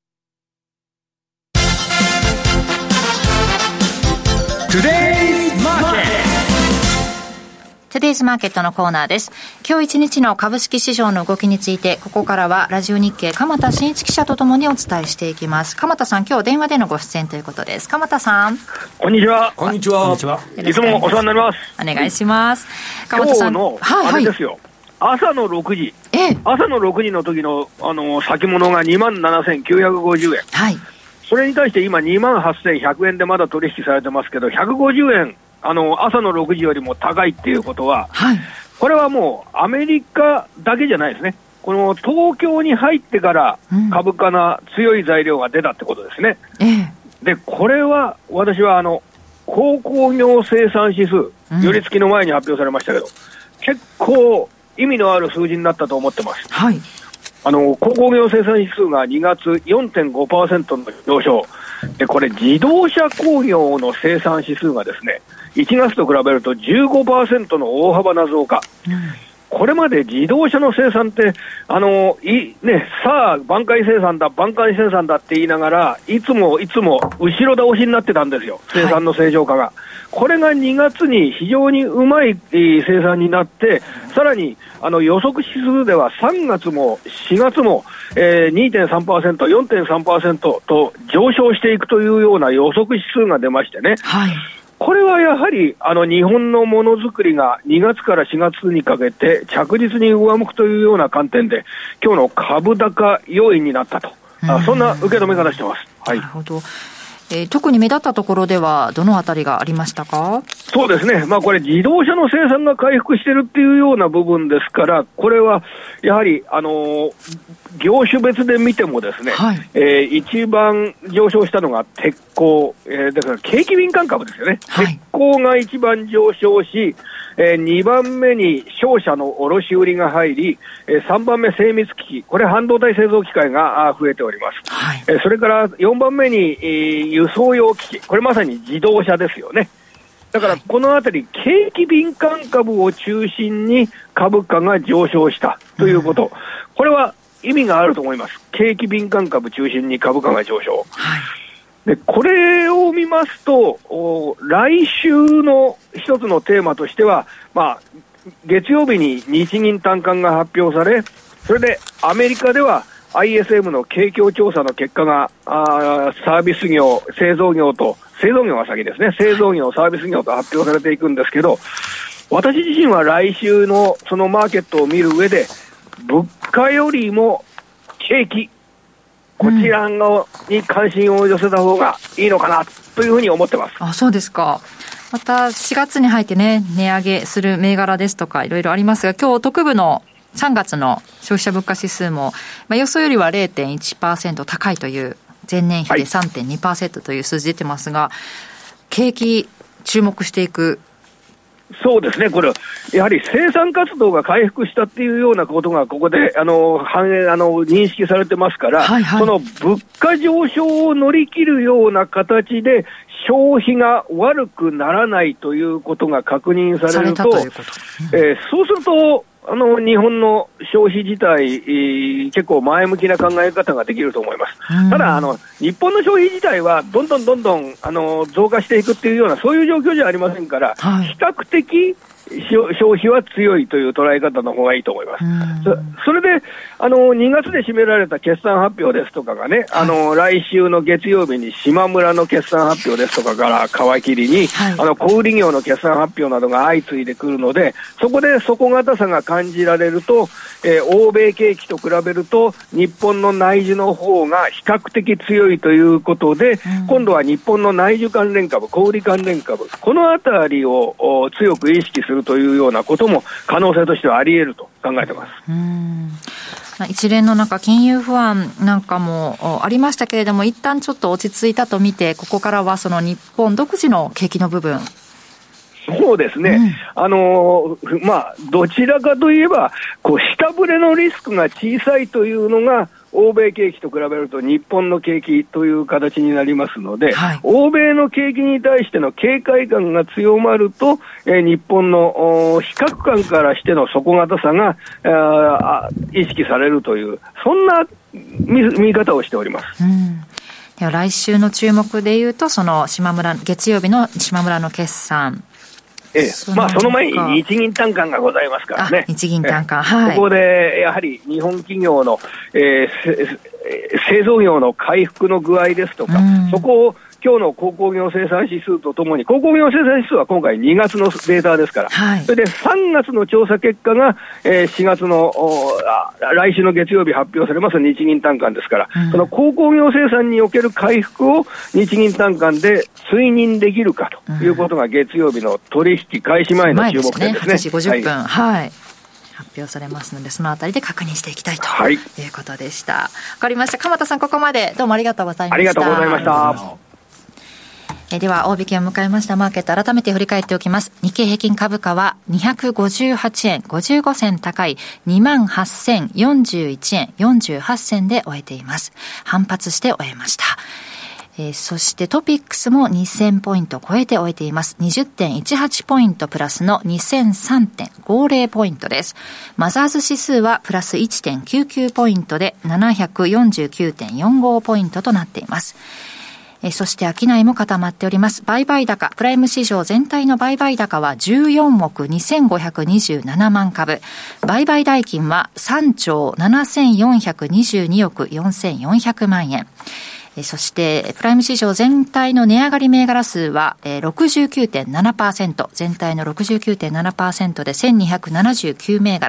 Today's Market。トゥデイズマーケットのコーナーです。今日一日の株式市場の動きについて、ここからはラジオ日経鎌田新一記者とともにお伝えしていきます。鎌田さん、今日電話でのご出演ということです。鎌田さん、 こんにちは。 こんにちは。 いつもお世話になります。 お願いします。 鎌田さん、今日のあれですよ、はいはい、朝のろくじ、 ええ、 朝のろくじの時のあの先物が にまんななせんきゅうひゃくごじゅうえん、 はい、 それに対して今 にまんはっせんひゃくえんでまだ取引されてますけど、ひゃくごじゅうえんあの朝のろくじよりも高いっていうことは、 はい、 これはもうアメリカだけじゃないですね。この東京に入ってから株価が強い材料が出たってことですね、 うん、 でこれは私はあの鉱工業生産指数、寄り付きの前に発表されましたけど、結構意味のある数字になったと思ってます、 はい、 あの鉱工業生産指数がにがつ よんてんごパーセント の上昇で、これ自動車工業の生産指数がですね、いちがつと比べると じゅうごパーセント の大幅な増加、うん、これまで自動車の生産ってあのい、ね、さあ挽回生産だ挽回生産だって言いながらいつもいつも後ろ倒しになってたんですよ、生産の正常化が、はい、これがにがつに非常にうまい、えー、生産になって、さらにあの予測指数ではさんがつもしがつも、えー、にてんさんパーセント、よんてんさんパーセント と上昇していくというような予測指数が出ましてね、 はい、 これはやはりあの日本のものづくりがにがつからしがつにかけて着実に上向くというような観点で今日の株高要因になったと、あそんな受け止め方してます、はい、 なるほど。 えー、特に目立ったところではどのあたりがありましたか？ そうですね、まあ、これ自動車の生産が回復しているっていうような部分ですから、これはやはり、あのー、業種別で見てもですね、はい、えー、一番上昇したのが鉄鋼、えー、だから景気敏感株ですよね、はい、鉄鋼が一番上昇し、えー、にばんめに商社の卸売が入り、えー、さんばんめ精密機器、これ半導体製造機械が増えております、はい、えー、それからよんばんめに、えー、輸送用機器、これまさに自動車ですよね。だからこのあたり景気敏感株を中心に株価が上昇したということ、うん、これは意味があると思います。景気敏感株中心に株価が上昇、はい、でこれを見ますと来週の一つのテーマとしては、まあ、月曜日に日銀短観が発表され、それでアメリカでは アイエスエム の景況調査の結果があーサービス業、製造業と、製造業が先ですね、製造業、サービス業と発表されていくんですけど、私自身は来週のそのマーケットを見る上で、物価よりも景気、こちらのに関心を寄せた方がいいのかなというふうに思ってます。 あ、そうですか。またしがつに入ってね、値上げする銘柄ですとかいろいろありますが、今日特部のさんがつの消費者物価指数も、まあ、予想よりは れいてんいちパーセント 高いという、前年比で さんてんにパーセント という数字出てますが、はい、景気注目していく。 そうですね、これやはり生産活動が回復したっていうようなことがここであの反映あの認識されてますから、はいはい、その物価上昇を乗り切るような形で消費が悪くならないということが確認されると、ということ、うん、えー、そうするとあの日本の消費自体、えー、結構前向きな考え方ができると思います。ただあの日本の消費自体はどんどんどんどんあの増加していくっていうようなそういう状況じゃありませんから、はい、比較的消費は強いという捉え方の方がいいと思います。そ, それであのにがつで占められた決算発表ですとかがね、あの来週の月曜日に島村の決算発表ですとかから皮切りに、はい、あの小売業の決算発表などが相次いでくるので、そこで底堅さが感じられると、えー、欧米景気と比べると日本の内需の方が比較的強いということで、うん、今度は日本の内需関連株、小売関連株、このあたりを強く意識するというようなことも可能性としてはあり得ると考えてます。 うーん、一連のなんか金融不安なんかもありましたけれども、一旦ちょっと落ち着いたと見て、ここからはその日本独自の景気の部分。 そうですね、うん、あのまあどちらかといえばこう下振れのリスクが小さいというのが欧米景気と比べると日本の景気という形になりますので、はい、欧米の景気に対しての警戒感が強まると、えー、日本の比較感からしての底堅さがあ意識されるという、そんな 見, 見方をしております。 うん、では来週の注目でいうと、その島村月曜日の島村の決算、 ええ、まあ、その前に日銀短観がございますからね。 日銀短観、はい。 ここでやはり日本企業の、えー、製造業の回復の具合ですとか、そこを今日の鉱工業生産指数とともに、鉱工業生産指数は今回にがつのデータですから、はい、それでさんがつの調査結果が、えー、しがつの来週の月曜日発表されます日銀短観ですから、うん、その鉱工業生産における回復を日銀短観で追認できるかということが月曜日の取引開始前の注目点ですね。 はちじごじゅっぷん、はいはい、発表されますので、そのあたりで確認していきたいということでした。わ、はい、かりました。鎌田さん、ここまでどうもありがとうございました。 ありがとうございました。 えでは大引けを迎えましたマーケット、改めて振り返っておきます。日経平均株価はにひゃくごじゅうはちえんごじゅうごせん高い にまんはっせんよんじゅういちえんよんじゅうはち銭で終えています。反発して終えました。えー、そしてトピックスもにせんポイント超えて終えています。 にじゅってんいちはち ポイントプラスの にせんさんてんごじゅう ポイントです。マザーズ指数はプラス いってんきゅうきゅう ポイントで ななひゃくよんじゅうきゅうてんよんご ポイントとなっています。えそして商いも固まっております。売買高、プライム市場全体の売買高はじゅうよんおくにせんごひゃくにじゅうななまんかぶ、売買代金はさんちょうななせんよんひゃくにじゅうにおくよんせんよんひゃくまんえん。えそしてプライム市場全体の値上がり銘柄数は ろくじゅうきゅうてんななパーセント、全体の ろくじゅうきゅうてんななパーセント でせんにひゃくななじゅうきゅうめいがら、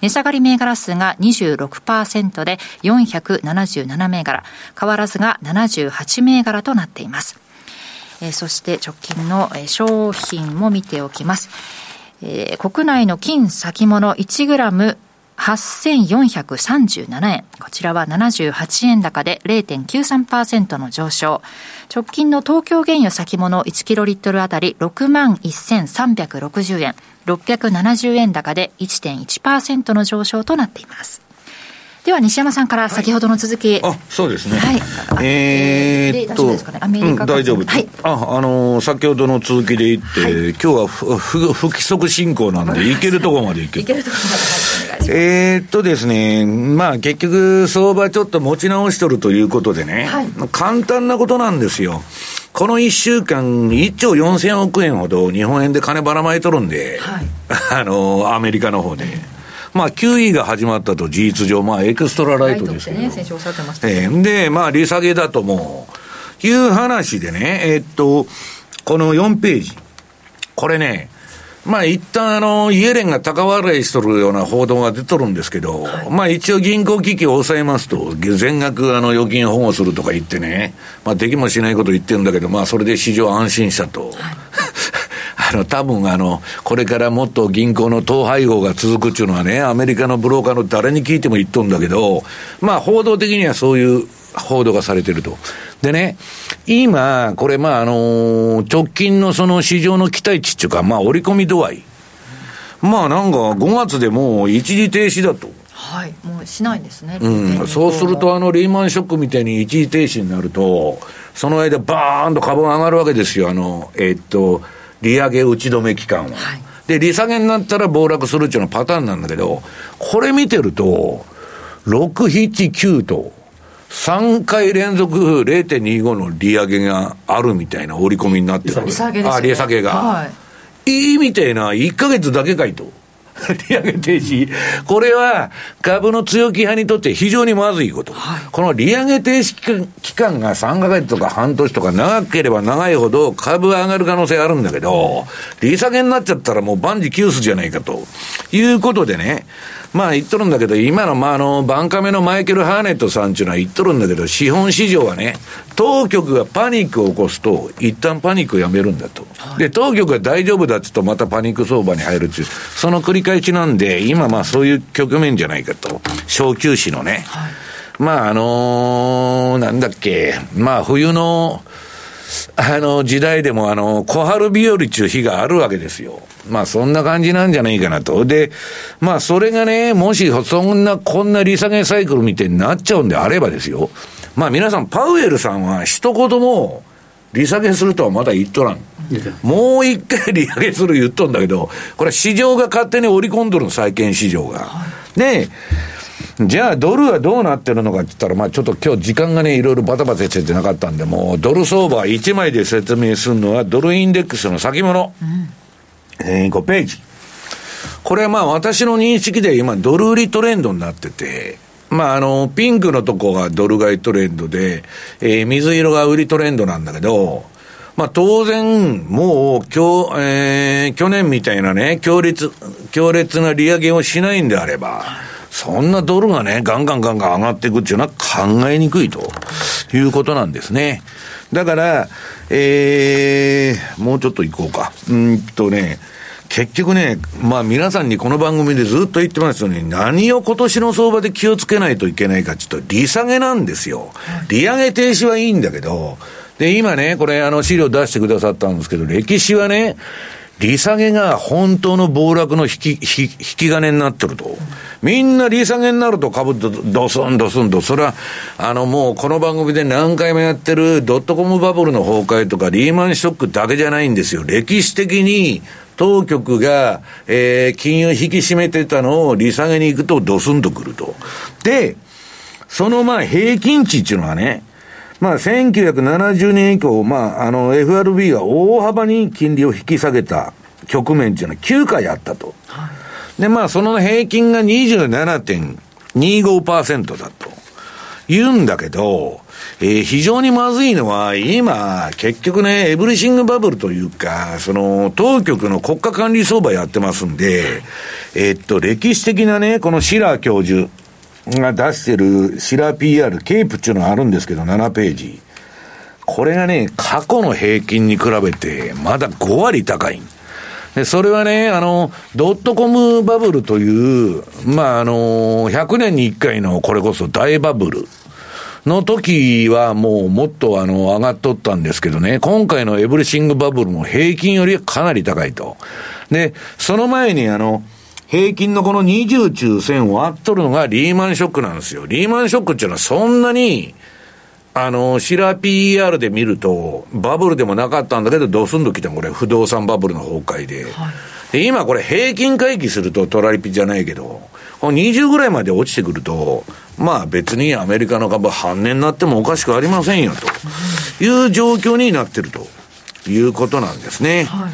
値下がり銘柄数が にじゅうろくパーセント でよんひゃくななじゅうなな銘柄、変わらずがななじゅうはち銘柄となっています。えー、そして直近の、えー、商品も見ておきます。えー、国内の金先物 いちグラムはっせんよんひゃくさんじゅうななえん、こちらはななじゅうはちえん高で れいてんきゅうさんパーセント の上昇。直近の東京原油先物いちキロリットルあたり ろくまんせんさんびゃくろくじゅうえん、ろっぴゃくななじゅうえん高で いってんいちパーセント の上昇となっています。では西山さんから先ほどの続き、 はい、あ、そうですね、 はい、 えー、っと、 大丈夫ですかね、アメリカ、 うん、大丈夫、 はい、 あ、あのー、先ほどの続きで言って、はい、今日は不, 不, 不規則進行なんで、いけるところまでいける。いけるところまで、はい、えー、っとですね、まあ結局、相場ちょっと持ち直しとるということでね、はい、簡単なことなんですよ。このいっしゅうかんいっちょうよんせんおくえんほど日本円で金ばらまいとるんで、はい、あのー、アメリカの方で。まあ、キューイー が始まったと事実上、まあ、エクストラライトですけど。ライトってね、先週おっしゃってましたね。えー、で、まあ、利下げだともう、いう話でね、えー、っと、このよんページ。これね、まあ、一旦あの、イエレンが高笑いしとるような報道が出とるんですけど、はい、まあ、一応銀行危機を抑えますと、全額あの、預金保護するとか言ってね、まあ、できもしないこと言ってるんだけど、まあ、それで市場安心したと。はいあの、多分あの、これからもっと銀行の統廃合が続くっていうのはね、アメリカのブローカーの誰に聞いても言っとんだけど、まあ報道的にはそういう報道がされてると。でね、今、これまああの、直近のその市場の期待値っていうか、まあ織り込み度合い。まあなんかごがつでもう一時停止だと。 はい、もうしないんですね。 うん、そうするとあのリーマンショックみたいに一時停止になると、その間バーンと株が上がるわけですよ。あの、えー、っと、利上げ打ち止め期間は、はい、で利下げになったら暴落するっていうのパターンなんだけど、これ見てるとろく、なな、きゅうとさんかい連続 れいてんにご の利上げがあるみたいな織り込みになってる。 利下げですね。 あ、利下げが、はい、いいみたいな。いっかげつだけかいと利上げ停止。これは株の強気派にとって非常にまずいこと。はい、この利上げ停止期間がさんかげつとか半年とか長ければ長いほど株は上がる可能性あるんだけど、利下げになっちゃったらもう万事休すじゃないかということでね。まあ言っとるんだけど、今のまああのバンカメのマイケル・ハーネットさんっていうのは言っとるんだけど、資本市場はね、当局がパニックを起こすと一旦パニックをやめるんだと。で、当局が大丈夫だって言うとまたパニック相場に入るっていう、その繰り返しなんで、今まあそういう局面じゃないかと。小休止のね。はい、まああのー、なんだっけ、まあ冬の、あの時代でもあの小春日和っていう日があるわけですよ。まあそんな感じなんじゃないかなと。で、まあそれがね、もしそんなこんな利下げサイクルみたいになっちゃうんであればですよ。まあ皆さんパウエルさんは一言も利下げするとはまだ言っとらん。もう一回利上げする言っとんだけど、これ市場が勝手に織り込んどるの、債券市場が。で、じゃあドルはどうなってるのかって言ったら、まあちょっと今日時間がねいろいろバタバタしててなかったんで、もうドル相場いちまいで説明するのはドルインデックスの先物、うん、えー、ごページ。これはまあ私の認識で今ドル売りトレンドになってて、まああのピンクのとこがドル買いトレンドで、えー、水色が売りトレンドなんだけど、まあ当然もう今日、えー、去年みたいなね強烈強烈な利上げをしないんであれば、そんなドルがね、ガンガンガンガン上がっていくっていうのは考えにくいということなんですね。だから、えー、もうちょっと行こうか。うんとね、結局ね、まあ皆さんにこの番組でずっと言ってますように、何を今年の相場で気をつけないといけないかっていうと、利下げなんですよ。利上げ停止はいいんだけど、で、今ね、これあの資料出してくださったんですけど、歴史はね、利下げが本当の暴落の引き、引き、引き金になってると。みんな利下げになると株とドスンドスンと、それは、あのもうこの番組で何回もやってるドットコムバブルの崩壊とかリーマンショックだけじゃないんですよ。歴史的に当局が、えー、金融引き締めてたのを利下げに行くとドスンとくると。で、そのまあ平均値っていうのはね、まあ、せんきゅうひゃくななじゅうねん以降、まあ、あの、エフアールビー が大幅に金利を引き下げた局面っていうのはきゅうかいあったと。はい、で、まあ、その平均が にじゅうななてんにじゅうごパーセント だと言うんだけど、えー、非常にまずいのは、今、結局ね、エブリシングバブルというか、その、当局の国家管理相場やってますんで、えー、っと、歴史的なね、このシラー教授が出してるシラー ピーアール、ケープっていうのがあるんですけど、ななページ。これがね、過去の平均に比べて、まだごわり高い。で、それはね、あの、ドットコムバブルという、まあ、あの、ひゃくねんにいっかいのこれこそ大バブルの時はもうもっとあの、上がっとったんですけどね、今回のエブリシングバブルの平均よりはかなり高いと。で、その前にあの、平均のこのにじゅう中線を割っとるのがリーマンショックなんですよ。リーマンショックっていうのはそんなに、あの、シラー ピーアール で見ると、バブルでもなかったんだけど、ドスンと来たこれ、不動産バブルの崩壊で。はい、で、今これ平均回帰すると、トラリピじゃないけど、このにじゅうぐらいまで落ちてくると、まあ別にアメリカの株半値になってもおかしくありませんよ、という状況になってるということなんですね。はい、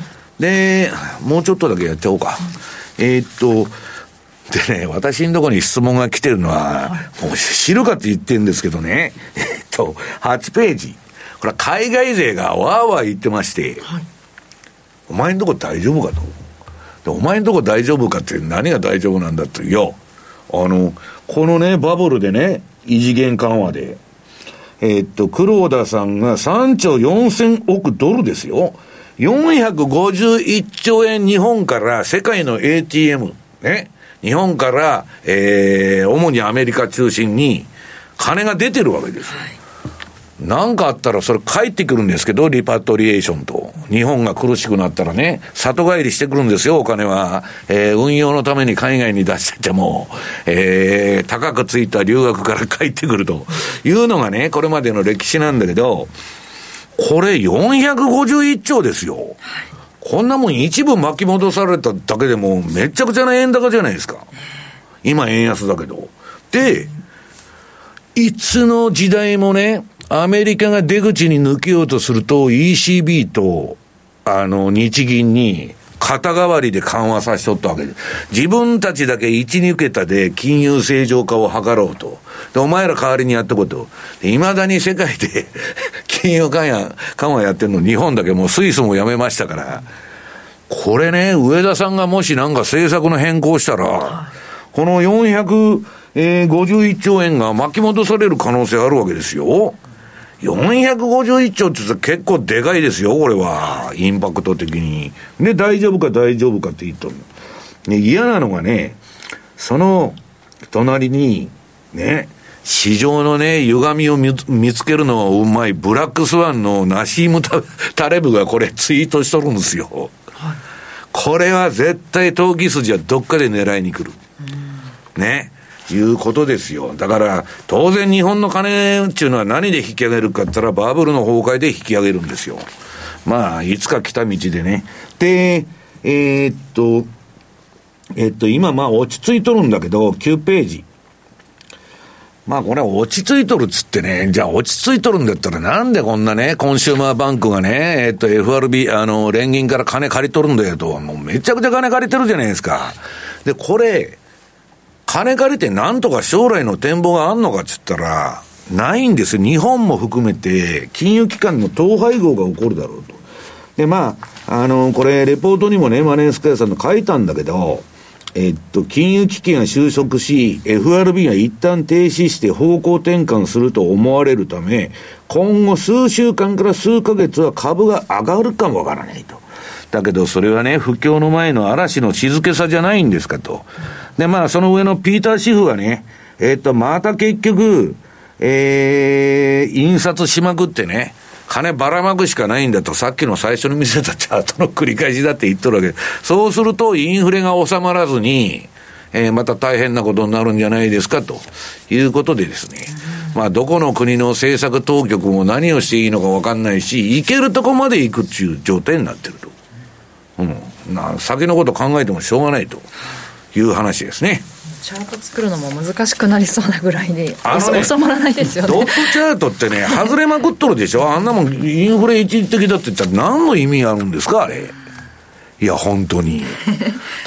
で、もうちょっとだけやっちゃおうか。うん、えー、っと、でね、私のところに質問が来てるのは、もう知るかって言ってるんですけどね、えっと、はちページ。これは海外勢がわーわー言ってまして、はい、お前のとこ大丈夫かと。で、お前のとこ大丈夫かって何が大丈夫なんだと。いや、あの、このね、バブルでね、異次元緩和で、えっと、黒田さんがさんちょうよんせんおくドルですよ。よんひゃくごじゅういっちょうえん日本から世界の エーティーエム、ね。日本から、えー、主にアメリカ中心に金が出てるわけですよ。なんかあったらそれ帰ってくるんですけど、リパトリエーションと。日本が苦しくなったらね、里帰りしてくるんですよ、お金は。えー、運用のために海外に出してても、えー、高くついた留学から帰ってくるというのがね、これまでの歴史なんだけど、これよんひゃくごじゅういっちょうですよ。こんなもん一部巻き戻されただけでもめちゃくちゃな円高じゃないですか。今円安だけど。で、いつの時代もね、アメリカが出口に抜けようとすると イーシービー とあの日銀に肩代わりで緩和させとったわけです。自分たちだけ一に桁で金融正常化を図ろうと。で、お前ら代わりにやったこと。いまだに世界で金融緩和、緩和やってるの日本だけもうスイスもやめましたから。これね、上田さんがもしなんか政策の変更したら、このよんひゃくごじゅういっちょうえんが巻き戻される可能性あるわけですよ。よんひゃくごじゅういっちょうって言ったら結構でかいですよ、これは。インパクト的に。で、大丈夫か大丈夫かって言っとる。ね、嫌なのがね、その隣に、ね、市場のね、歪みを 見, 見つけるのはうまい、ブラックスワンのナシームタ・タレブがこれツイートしとるんですよ。はい、これは絶対投機筋はどっかで狙いに来る。ね。いうことですよ。だから、当然日本の金っていうのは何で引き上げるかって言ったら、バブルの崩壊で引き上げるんですよ。まあ、いつか来た道でね。で、えー、っと、えー、っと、今まあ落ち着いとるんだけど、きゅうページ。まあこれは落ち着いとるっつってね、じゃあ落ち着いとるんだったらなんでこんなね、コンシューマーバンクがね、えー、っと エフアールビー、あの、連銀から金借りとるんだよと、もうめちゃくちゃ金借りてるじゃないですか。で、これ、金借りてなんとか将来の展望があんのかって言ったら、ないんですよ。日本も含めて、金融機関の統廃合が起こるだろうと。で、まあ、あの、これ、レポートにもね、マネースクエアさんの書いたんだけど、えっと、金融危機が収束し、エフアールビー が一旦停止して方向転換すると思われるため、今後数週間から数ヶ月は株が上がるかもわからないと。だけど、それはね、不況の前の嵐の静けさじゃないんですかと。で、まあ、その上のピーター・シフはね、えっと、また結局、えー、印刷しまくってね、金ばらまくしかないんだと、さっきの最初に見せたチャートの繰り返しだって言っとるわけで、そうするとインフレが収まらずに、えー、また大変なことになるんじゃないですかということでですね、まあ、どこの国の政策当局も何をしていいのか分かんないし、行けるとこまで行くっていう状態になってると。うん、な先のこと考えてもしょうがないという話ですね。 チャート作るのも難しくなりそうなぐらいで、 あのね、 収まらないですよね。 ドットチャートってね、外れまくっとるでしょ。あんなもんインフレ一時的だって言ったら何の意味あるんですかあれ。いや本当にだ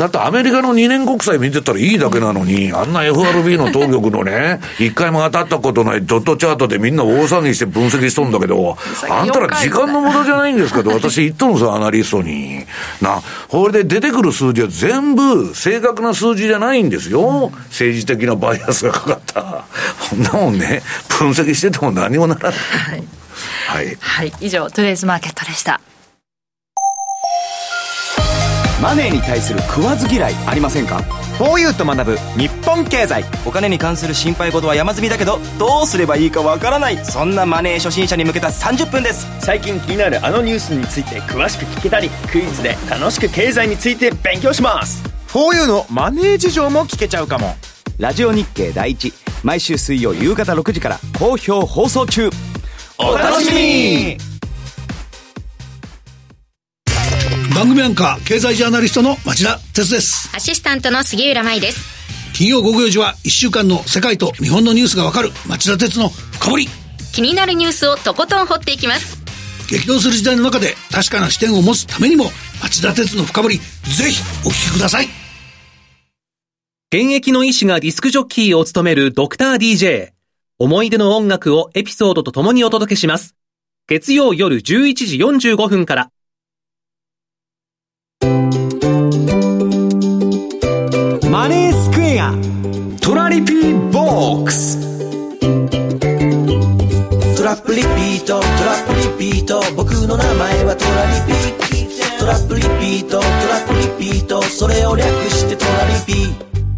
だってアメリカのにねん国債見てたらいいだけなのに、うん、あんな エフアールビー の当局のね、一回も当たったことないドットチャートでみんな大騒ぎして分析しとんだけど、あんたら時間の無駄じゃないんですかと私言っとるんですよ、アナリストに。な、これで出てくる数字は全部正確な数字じゃないんですよ。うん、政治的なバイアスがかかった。こんなもんね、分析してても何もならない。はい。 はい。はい、以上、トゥデイズマーケットでした。 マネーに対する食わず嫌いありませんか？ フォーユー と学ぶ日本経済。お金に関する心配事は山積みだけどどうすればいいかわからない、そんなマネー初心者に向けたさんじゅっぷんです。 最近気になるあのニュースについて詳しく聞けたり、クイズで楽しく経済について勉強します。 フォーユー のマネー事情も聞けちゃうかも。ラジオ日経第一、毎週水曜夕方ろくじから好評放送中。 お楽しみに。 番組アンカー経済ジャーナリストの町田哲です。 アシスタントの杉浦舞です。 金曜午後よじはいっしゅうかんの世界と日本のニュースがわかる町田哲の深掘り。 気になるニュースをとことん掘っていきます。 激動する時代の中で確かな視点を持つためにも町田哲の深掘り、ぜひお聞きください。 現役の医師がディスクジョッキーを務めるドクター ディージェー。思い出の音楽をエピソードとともにお届けします。月曜夜じゅういちじよんじゅうごふんから。 マネースクエアトラリピーボックス。 トラップリピート、トラップリピート、僕の名前はトラリピ。トラップリピート、トラップリピート、それを略してトラリピ。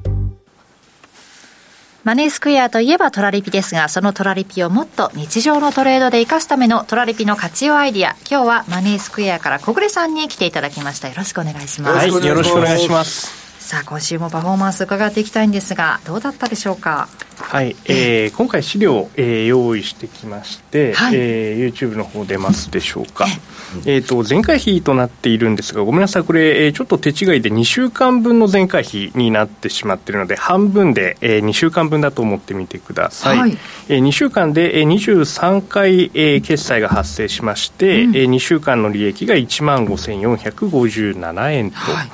マネースクエアといえばトラリピですが、そのトラリピをもっと日常のトレードで生かすためのトラリピの活用アイディア、今日はマネースクエアから小暮さんに来ていただきました。よろしくお願いします。 はい、よろしくお願いします。 さあ、今週もパフォーマンス伺っていきたいんですが、どうだったでしょうか？ はい、えー、今回資料を、えー、用意してきまして、はい、えー、YouTube の方出ますでしょうか。えーと前回比となっているんですが、ごめんなさい、これ、えー、ちょっと手違いでにしゅうかんぶんの前回比になってしまっているので、半分で、えー、にしゅうかんぶんだと思ってみてください。はい、えー、にしゅうかんで、えー、にじゅうさんかい、えー、決済が発生しまして、うん、えー、にしゅうかんの利益がいちまんごせんよんひゃくごじゅうななえんと、はい、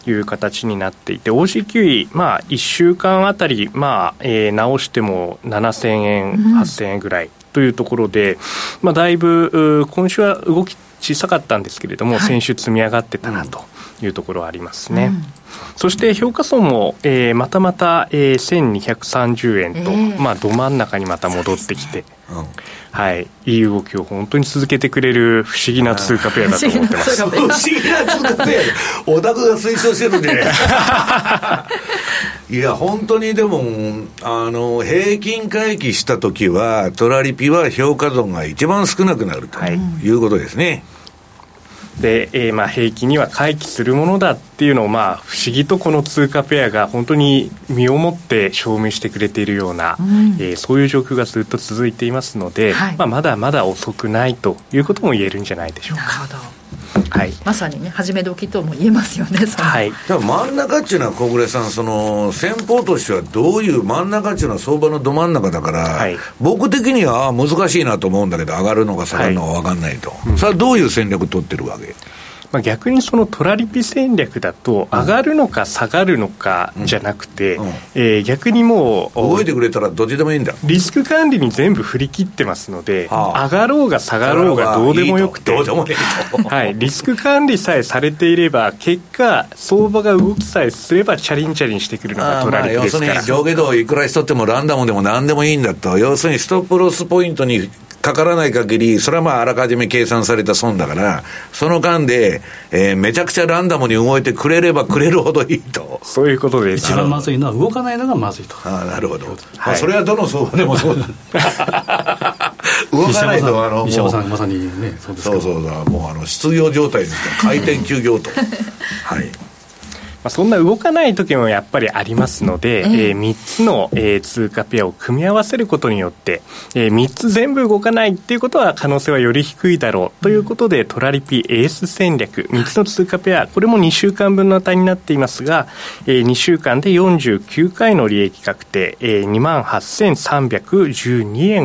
いう形になっていて、 オージーキューイー、まあ、いっしゅうかんあたり、まあえー、直してもななせんえん、うん、はっせんえんぐらいというところで、まあ、だいぶ今週は動き小さかったんですけれども、はい、先週積み上がってたなというところはありますね。うん、そして評価損も、えー、またまた、えー、せんにひゃくさんじゅうえんと、えーまあ、ど真ん中にまた戻ってきて、うん、はい、いい動きを本当に続けてくれる不思議な通貨ペアだと思ってます。 不思議な通貨ペア、オタクが推奨してるんでいや本当にでもあの平均回帰した時はトラリピは評価損が一番少なくなるということですね。はい、 で、えーまあ、平均には回帰するものだっていうのを、まあ、不思議とこの通貨ペアが本当に身をもって証明してくれているような、うん、えー、そういう状況がずっと続いていますので、はい、まあ、まだまだ遅くないということも言えるんじゃないでしょうか。 なるほど、はい、まさにね、始め時とも言えますよね。 はい、 でも真ん中っていうのは小暮さん、その先方としてはどういう真ん中っていうのは相場のど真ん中だから、はい、僕的には難しいなと思うんだけど、上がるのか下がるのか分かんないと、はい、うん、それはどういう戦略取ってるわけ？ まあ、逆にそのトラリピ戦略だと上がるのか下がるのかじゃなくて、うんうん、えー、逆にもう動いてくれたらどっちでもいいんだ。 リスク管理に全部振り切ってますので、はあ、上がろうが下がろうがどうでもよくて、 どうでもいいとはい、リスク管理さえされていれば、結果相場が動きさえすればチャリンチャリンしてくるのがトラリピですから。 要するに上下動いくらしとってもランダムでも何でもいいんだと。要するにストップロスポイントにかからない限り、それはまああらかじめ計算された損だから、その間で、えー、めちゃくちゃランダムに動いてくれればくれるほどいいと。 そういうことです。 一番まずいのは動かないのがまずいと。 ああ、なるほど、はい、まあ、それはどの相場でもそうだ動かないと、あの西山さんまさにね、そうですか。 そうそうだ、もうあの失業状態ですから、回転休業とはい、 まあ、そんな動かない時もやっぱりありますので、えーえー、みっつの、えー、通貨ペアを組み合わせることによって、えー、みっつ全部動かないっていうことは可能性はより低いだろうということで、トラリピエース戦略みっつの通貨ペア、これもにしゅうかんぶんの値になっていますが、えー、にしゅうかんでよんじゅうきゅうかいの利益確定、えー、にまんはっせんさんびゃくじゅうにえんを獲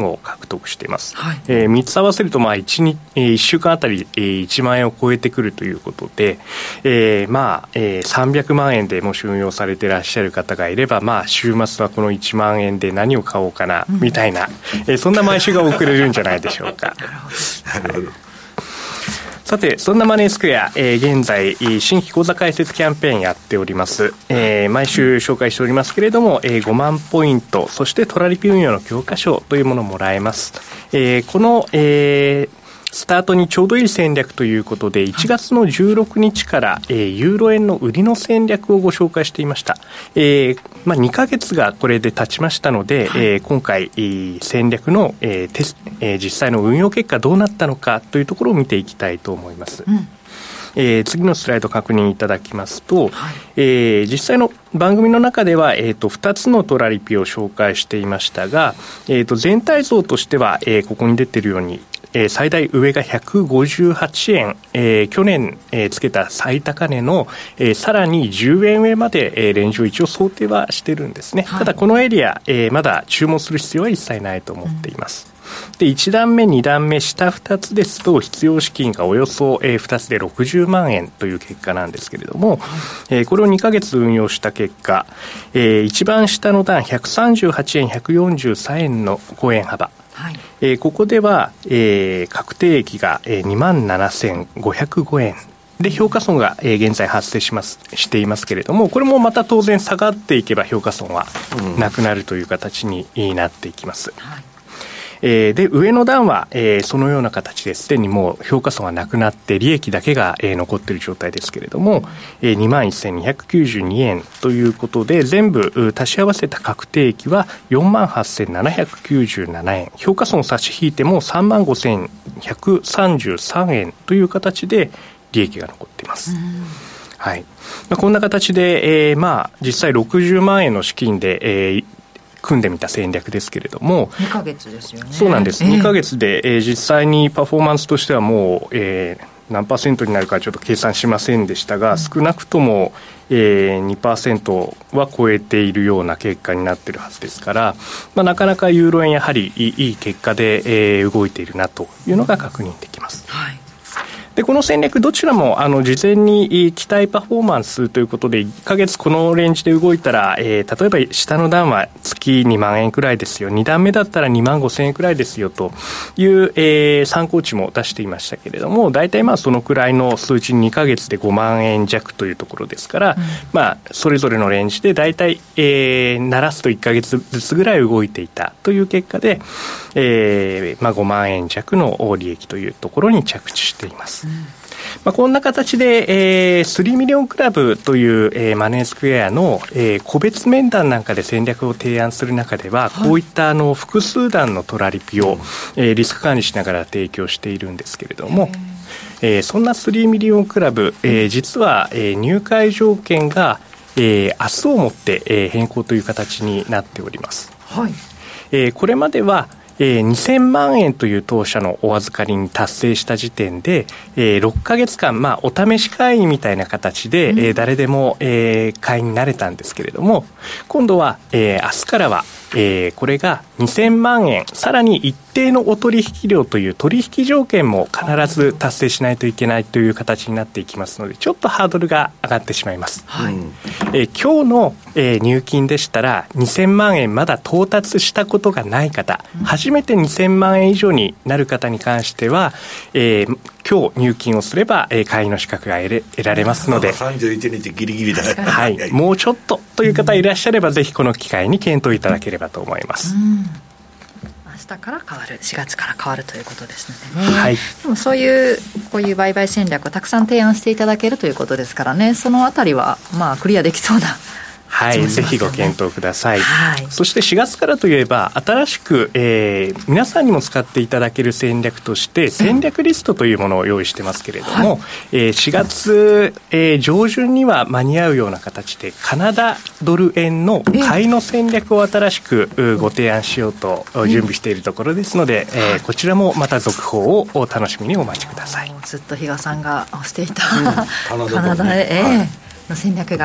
獲得しています、はい、えー、みっつ合わせるとまあ 1, に、えー、いっしゅうかんあたり、えー、いちまんえんを超えてくるということで、えー、まあ、えー、さんびゃくまんえんでもし運用されていらっしゃる方がいれば、まあ、週末はこのいちまんえんで何を買おうかな、うん、みたいな、えー、そんな毎週が送れるんじゃないでしょうかなるほど。さて、そんなマネースクエア、えー、現在新規口座開設キャンペーンやっております、えー、毎週紹介しておりますけれども、えー、ごまんポイント、そしてトラリピ運用の教科書というものをもらえます、えー、この、えースタートにちょうどいい戦略ということでいちがつのじゅうろくにちから、えー、ユーロ円の売りの戦略をご紹介していました、えーまあ、にかげつがこれで経ちましたので、はい、えー、今回戦略の、えーテスえー、実際の運用結果どうなったのかというところを見ていきたいと思います、うん、えー、次のスライド確認いただきますと、はい、えー、実際の番組の中では、えー、とふたつのトラリピを紹介していましたが、えー、と全体像としては、えー、ここに出ているようにえー、最大上がひゃくごじゅうはちえん、えー、去年、えー、つけた最高値の、えー、さらにじゅうえん上まで、えー、レンジを一応想定はしてるんですね、はい、ただこのエリア、えー、まだ注文する必要は一切ないと思っています、うん、でいち段目に段目下ふたつですと必要資金がおよそ、えー、ふたつでろくじゅうまんえんという結果なんですけれども、はい、えー、これをにかげつ運用した結果、えー、一番下の段ひゃくさんじゅうはちえんひゃくよんじゅうさんえんのごえん幅、はい、えー、ここでは、えー、確定益が、えー、にまんななせんごひゃくごえんで評価損が、えー、現在発生しますしていますけれども、これもまた当然下がっていけば評価損はなくなるという形になっていきます、うん、はい、えー、で上の段は、えー、そのような形ですでにもう評価損はなくなって利益だけが、えー、残っている状態ですけれども、えー、にまんせんにひゃくきゅうじゅうにえんということで全部足し合わせた確定益は よんまんはっせんななひゃくきゅうじゅうななえん、評価損差し引いても さんまんごせんひゃくさんじゅうさんえんという形で利益が残っています、はい、まあ、こんな形で、えーまあ、実際ろくじゅうまんえんの資金で、えー組んでみた戦略ですけれどもにかげつですよね。 そうなんです、えー、にかげつで、えー、実際にパフォーマンスとしてはもう、えー、何パーセントになるかちょっと計算しませんでしたが、うん、少なくとも、えー、にパーセント は超えているような結果になっているはずですから、まあ、なかなかユーロ円やはりいい、いい結果で、えー、動いているなというのが確認できます、はい。でこの戦略どちらもあの事前に期待パフォーマンスということでいっかげつこのレンジで動いたら、えー、例えば下の段は月にまんえんくらいですよ、に段目だったらにまんごせんえんくらいですよという、えー、参考値も出していましたけれども、大体まあそのくらいの数値にかげつでごまんえん弱というところですから、うん、まあ、それぞれのレンジで大体、えー、ならすといっかげつずつぐらい動いていたという結果で、えーまあ、ごまんえん弱の利益というところに着地しています、うん。まあ、こんな形で、えー、スリーミリオンクラブという、えー、マネースクエアの、えー、個別面談なんかで戦略を提案する中では、はい、こういったあの複数段のトラリピを、えー、リスク管理しながら提供しているんですけれども、えー、そんなスリーミリオンクラブ、えー、実は、えー、入会条件が、えー、明日をもって、えー、変更という形になっております、はい。えー、これまではえー、にせんまんえんという当社のお預かりに達成した時点で、えー、ろっかげつかん、まあ、お試し会員みたいな形で、うん、えー、誰でも、えー、会員になれたんですけれども、今度は、えー、明日からは、えー、これがにせんまんえん、さらに一定のお取引量という取引条件も必ず達成しないといけないという形になっていきますので、ちょっとハードルが上がってしまいます、はい。えー、今日の、えー、入金でしたらにせんまんえんまだ到達したことがない方、うん、初めてにせんまんえん以上になる方に関しては、えー、今日入金をすれば、えー、会員の資格が得れ、得られますので、 さんじゅういちにちギリギリだ、 はい、もうちょっとという方いらっしゃれば、うん、ぜひこの機会に検討いただければと思います、うん。 明日から変わる、しがつから変わるということですのでね、 はい。 でもそういうこういう売買戦略をたくさん提案していただけるということですからね、そのあたりはまあクリアできそうな、 はい、ぜひご検討ください、はい。そしてしがつからといえば新しく、えー、皆さんにも使っていただける戦略として戦略リストというものを用意してますけれども、はい、えー、しがつ、えー、上旬には間に合うような形でカナダドル円の買いの戦略を新しくご提案しようと準備しているところですので、えー、こちらもまた続報をお楽しみにお待ちください。 ずっと比嘉さんが推していた、うん、カナダ円、えー、の戦略が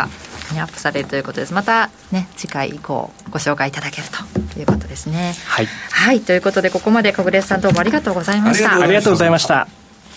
にアップされるということです。またね次回以降ご紹介いただけるということですね。 はい、 はい、ということでここまで小暮さんどうもありがとうございました。 ありがとうございました。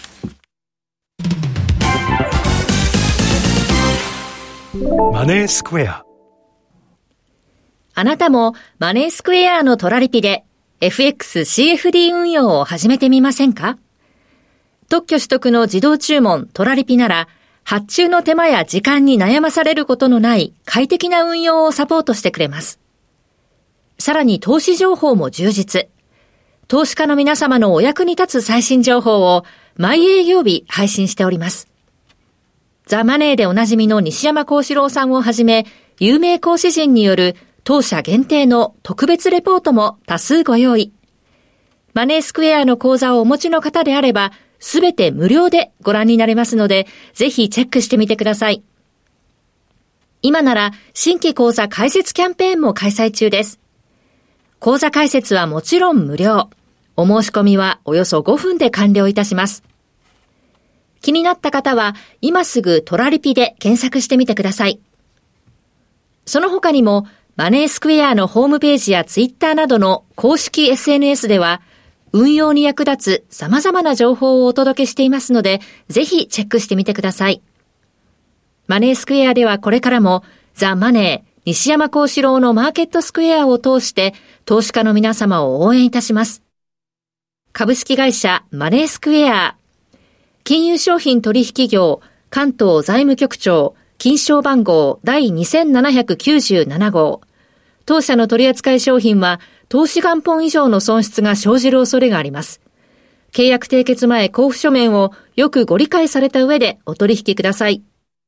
マネースクエア。 あなたもマネースクエアのトラリピで エフエックスシーエフディー 運用を始めてみませんか？特許取得の自動注文トラリピなら発注の手間や時間に悩まされることのない快適な運用をサポートしてくれます。さらに投資情報も充実。投資家の皆様のお役に立つ最新情報を毎営業日配信しております。ザ・マネーでおなじみの西山幸四郎さんをはじめ、有名講師陣による当社限定の特別レポートも多数ご用意。マネースクエアの講座をお持ちの方であれば、すべて無料でご覧になれますので、ぜひチェックしてみてください。今なら新規講座開設キャンペーンも開催中です。講座開設はもちろん無料。お申し込みはおよそごふんで完了いたします。気になった方は今すぐトラリピで検索してみてください。その他にもマネースクエアのホームページやツイッターなどの公式 エスエヌエス では運用に役立つ様々な情報をお届けしていますので、ぜひチェックしてみてください。マネースクエアではこれからもザ・マネー西山幸四郎のマーケットスクエアを通して投資家の皆様を応援いたします。株式会社マネースクエア、金融商品取引業関東財務局長金賞番号第にせんななひゃくきゅうじゅうなな号。当社の取扱い商品は投資元本以上の損失が生じる恐れがあります。契約締結前交付書面をよくご理解された上でお取引ください。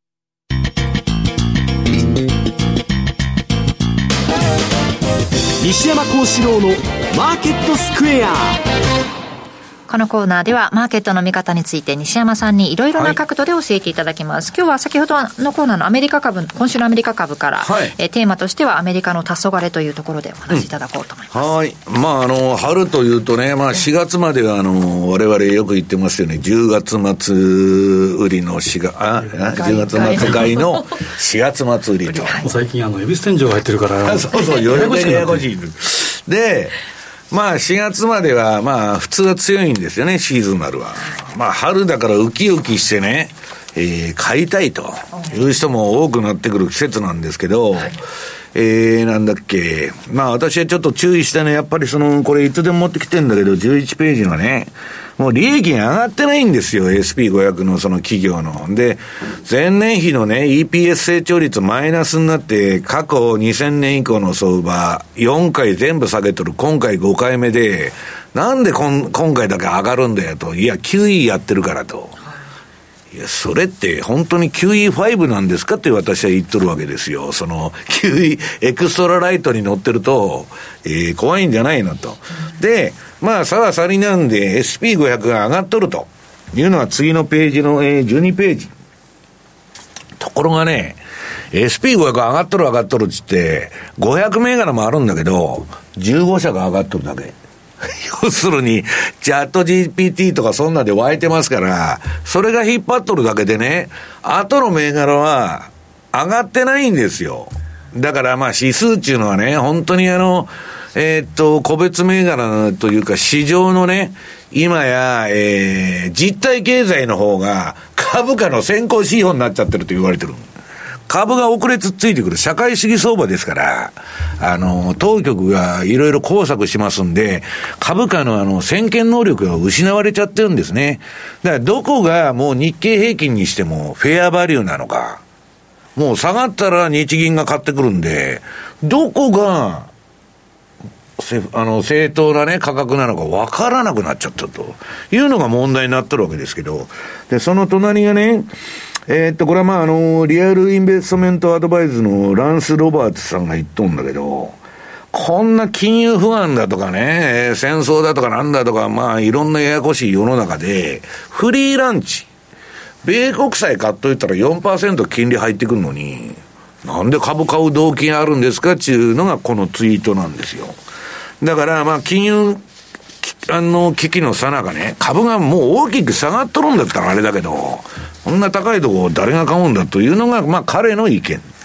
西山幸四郎のマーケットスクエア。 このコーナーではマーケットの見方について西山さんにいろいろな角度で教えていただきます、はい、今日は先ほどのコーナーのアメリカ株、今週のアメリカ株から、はい、えテーマとしてはアメリカの黄昏というところでお話しいただこうと思います、 うん、はい。まああの春というとね、まあ、しがつまではあの我々よく言ってますよね、じゅうがつ末売りのしがあじゅうがつ末買いのしがつ末売りと最近あの恵比寿天井が入ってるからそうそうよやこしいでまあしがつまではまあ普通は強いんですよね、シーズナルは。まあ春だからウキウキしてね、えー、買いたいという人も多くなってくる季節なんですけど、はい、えー、なんだっけ、まあ私はちょっと注意したね、やっぱりそのこれいつでも持ってきてんだけどじゅういちページのね、もう利益が上がってないんですよ エスピーごひゃく のその企業ので、前年比のね イーピーエス 成長率マイナスになって、過去にせんねん以降の相場よんかい全部下げとる、今回ごかいめで、なんでこん今回だけ上がるんだよと、いや キューイー やってるからと、いやそれって本当に キューイーファイブ なんですかって私は言っとるわけですよ。その キューイー エクストラライトに乗ってると、えー、怖いんじゃないのと。でまあさはさりなんで エスピーごひゃく が上がっとるというのは次のページの、えー、じゅうにページ。ところがね エスピーごひゃく 上がっとる上がっとるっつってごひゃく銘柄もあるんだけどじゅうご社が上がっとるだけ要するにチャット ジーピーティー とかそんなで湧いてますから、それが引っ張っとるだけでね、後の銘柄は上がってないんですよ。だからまあ指数っていうのはね、本当にあのえー、っと個別銘柄というか市場のね、今や、えー、実体経済の方が株価の先行指標になっちゃってると言われてる。株が遅れつっついてくる社会主義相場ですから、あの当局がいろいろ工作しますんで、株価のあの先見能力が失われちゃってるんですね。だからどこがもう日経平均にしてもフェアバリューなのか、もう下がったら日銀が買ってくるんで、どこがあの正当なね価格なのか分からなくなっちゃったというのが問題になってるわけですけど、でその隣がね、えー、っとこれはまああのリアルインベストメントアドバイズのランス・ロバーツさんが言っとんだけど、こんな金融不安だとかね、戦争だとかなんだとか、まあいろんなややこしい世の中でフリーランチ、米国債買っといたら よんパーセント 金利入ってくるのに、なんで株買う動機があるんですかっていうのがこのツイートなんですよ。だからまあ金融あの危機のさなかね、株がもう大きく下がっとるんだったらあれだけど、こんな高いとこ誰が買うんだというのがまあ彼の意見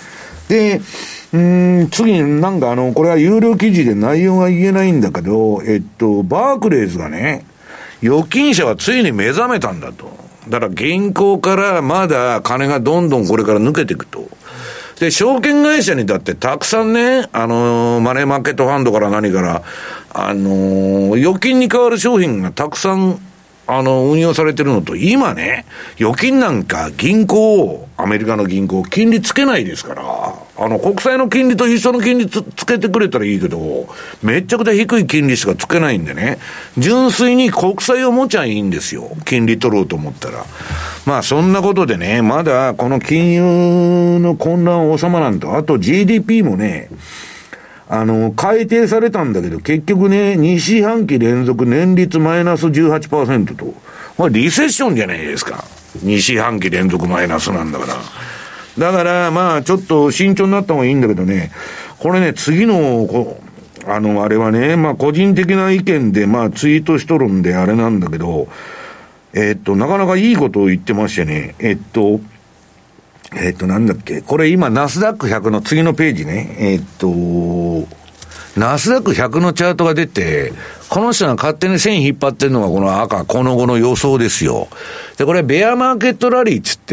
で、うーん、次になんかあの、これは有料記事で内容が言えないんだけど、えっと、バークレーズがね、預金者はついに目覚めたんだと。だから銀行からまだ金がどんどんこれから抜けていくと。で、証券会社にだってたくさんね、あのー、マネーマーケットファンドから何から、あのー、預金に代わる商品がたくさん、あの、運用されてるのと、今ね、預金なんか銀行、アメリカの銀行、金利つけないですから、あの、国債の金利と一緒の金利つ、つけてくれたらいいけど、めっちゃくちゃ低い金利しかつけないんでね、純粋に国債を持ちゃいいんですよ。金利取ろうと思ったら。まあ、そんなことでね、まだこの金融の混乱収まらんと、あと ジーディーピー もね、あの、改定されたんだけど、結局ね、に四半期連続年率マイナス じゅうはちパーセント と。これリセッションじゃないですか。に四半期連続マイナスなんだから。だから、まあ、ちょっと慎重になった方がいいんだけどね、これね、次の、こあの、あれはね、まあ、個人的な意見で、まあ、ツイートしとるんで、あれなんだけど、えっと、なかなかいいことを言ってましてね、えっと、えっと、なんだっけ。これ今、ナスダックひゃくの次のページね。えっと、ナスダックひゃくのチャートが出て、この人が勝手に線引っ張ってるのがこの赤、この後の予想ですよ。で、これ、ベアマーケットラリーつって、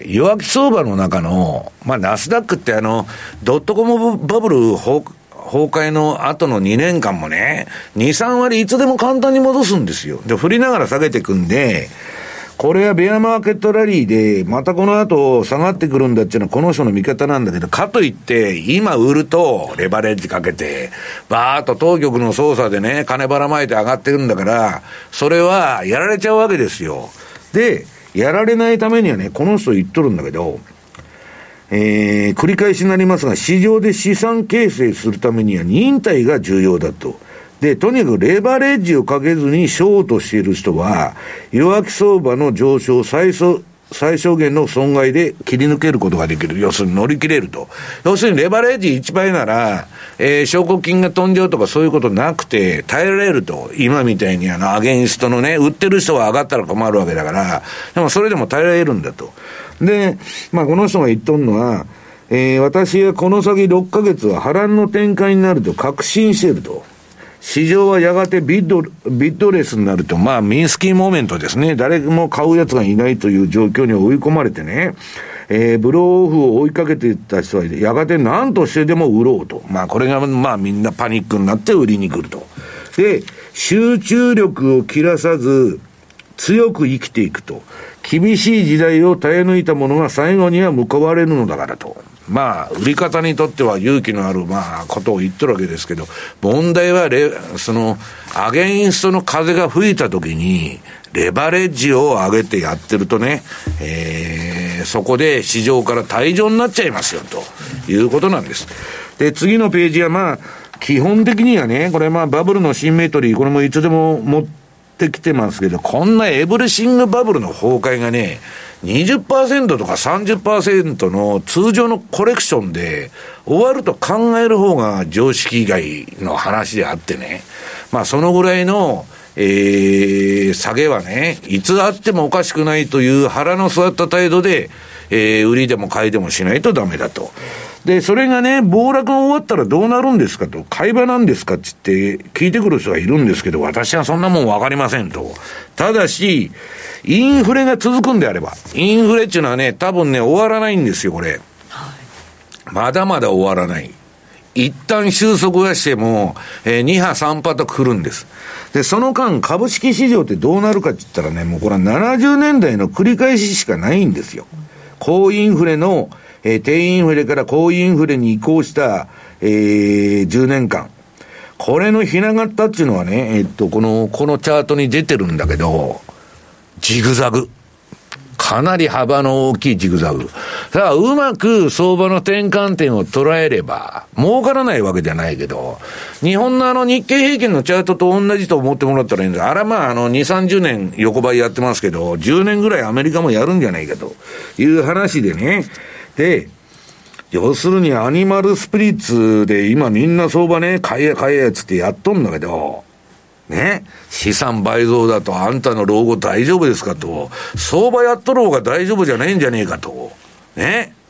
弱気相場の中の、まあ、ナスダックってあの、ドットコムバブル崩壊の後のにねんかんもね、に、さんわりいつでも簡単に戻すんですよ。で、振りながら下げていくんで、これはベアマーケットラリーで、またこの後下がってくるんだっていうのはこの人の見方なんだけど、かといって、今売ると、レバレッジかけて、バーっと当局の操作でね、金ばらまいて上がってるんだから、それはやられちゃうわけですよ。で、やられないためにはね、この人言っとるんだけど、えー、繰り返しになりますが、市場で資産形成するためには忍耐が重要だと。で、とにかくレバレッジをかけずにショートしている人は、弱気相場の上昇を最小、最小限の損害で切り抜けることができる。要するに乗り切れると。要するにレバレッジいちばいなら、えー、証拠金が飛んじゃうとかそういうことなくて耐えられると。今みたいにあの、アゲンストのね、売ってる人が上がったら困るわけだから、でもそれでも耐えられるんだと。で、まあこの人が言っとんのは、えー、私はこの先ろっかげつは波乱の展開になると確信していると。市場はやがてビッド、ビッドレスになると、まあ、ミンスキーモーメントですね。誰も買うやつがいないという状況に追い込まれてね、えー、ブローオフを追いかけていた人は、やがて何としてでも売ろうと。まあ、これが、まあ、みんなパニックになって売りに来ると。で、集中力を切らさず、強く生きていくと。厳しい時代を耐え抜いた者が最後には報われるのだからと。まあ、売り方にとっては勇気のある、まあ、ことを言ってるわけですけど、問題はレ、その、アゲインストの風が吹いたときに、レバレッジを上げてやってるとね、えー、そこで市場から退場になっちゃいますよ、ということなんです。で、次のページはまあ、基本的にはね、これまあ、バブルのシンメトリー、これもいつでも持ってきてますけど、こんなエブリシングバブルの崩壊がね、にじゅっパーセント とか さんじゅっパーセント の通常のコレクションで終わると考える方が常識以外の話であってね。まあそのぐらいの、えー、下げはね、いつあってもおかしくないという腹の据わった態度で、えー、売りでも買いでもしないとダメだと。で、それがね、暴落が終わったらどうなるんですかと、買い場なんですかって言って聞いてくる人がいるんですけど、私はそんなもんわかりませんと。ただし、インフレが続くんであれば、インフレっていうのはね、多分ね、終わらないんですよ、これ。まだまだ終わらない。一旦収束がしても、えー、に波さん波と来るんです。で、その間、株式市場ってどうなるかって言ったらね、もうこれはななじゅうねんだいの繰り返ししかないんですよ。高インフレの、えー、低インフレから高インフレに移行した、えー、じゅうねんかん。これのひな形っていうのはね、えっと、この、このチャートに出てるんだけど、ジグザグ。かなり幅の大きいジグザグ。だからうまく相場の転換点を捉えれば、儲からないわけじゃないけど、日本のあの日経平均のチャートと同じと思ってもらったらいいんです。あれはまああのに、さんじゅうねん横ばいやってますけど、じゅうねんぐらいアメリカもやるんじゃないかという話でね。で、要するにアニマルスピリッツで今みんな相場ね、買えや買えやつってやっとんだけど、ね、資産倍増だとあんたの老後大丈夫ですかと、相場やっとる方が大丈夫じゃないんじゃねえかと、ね、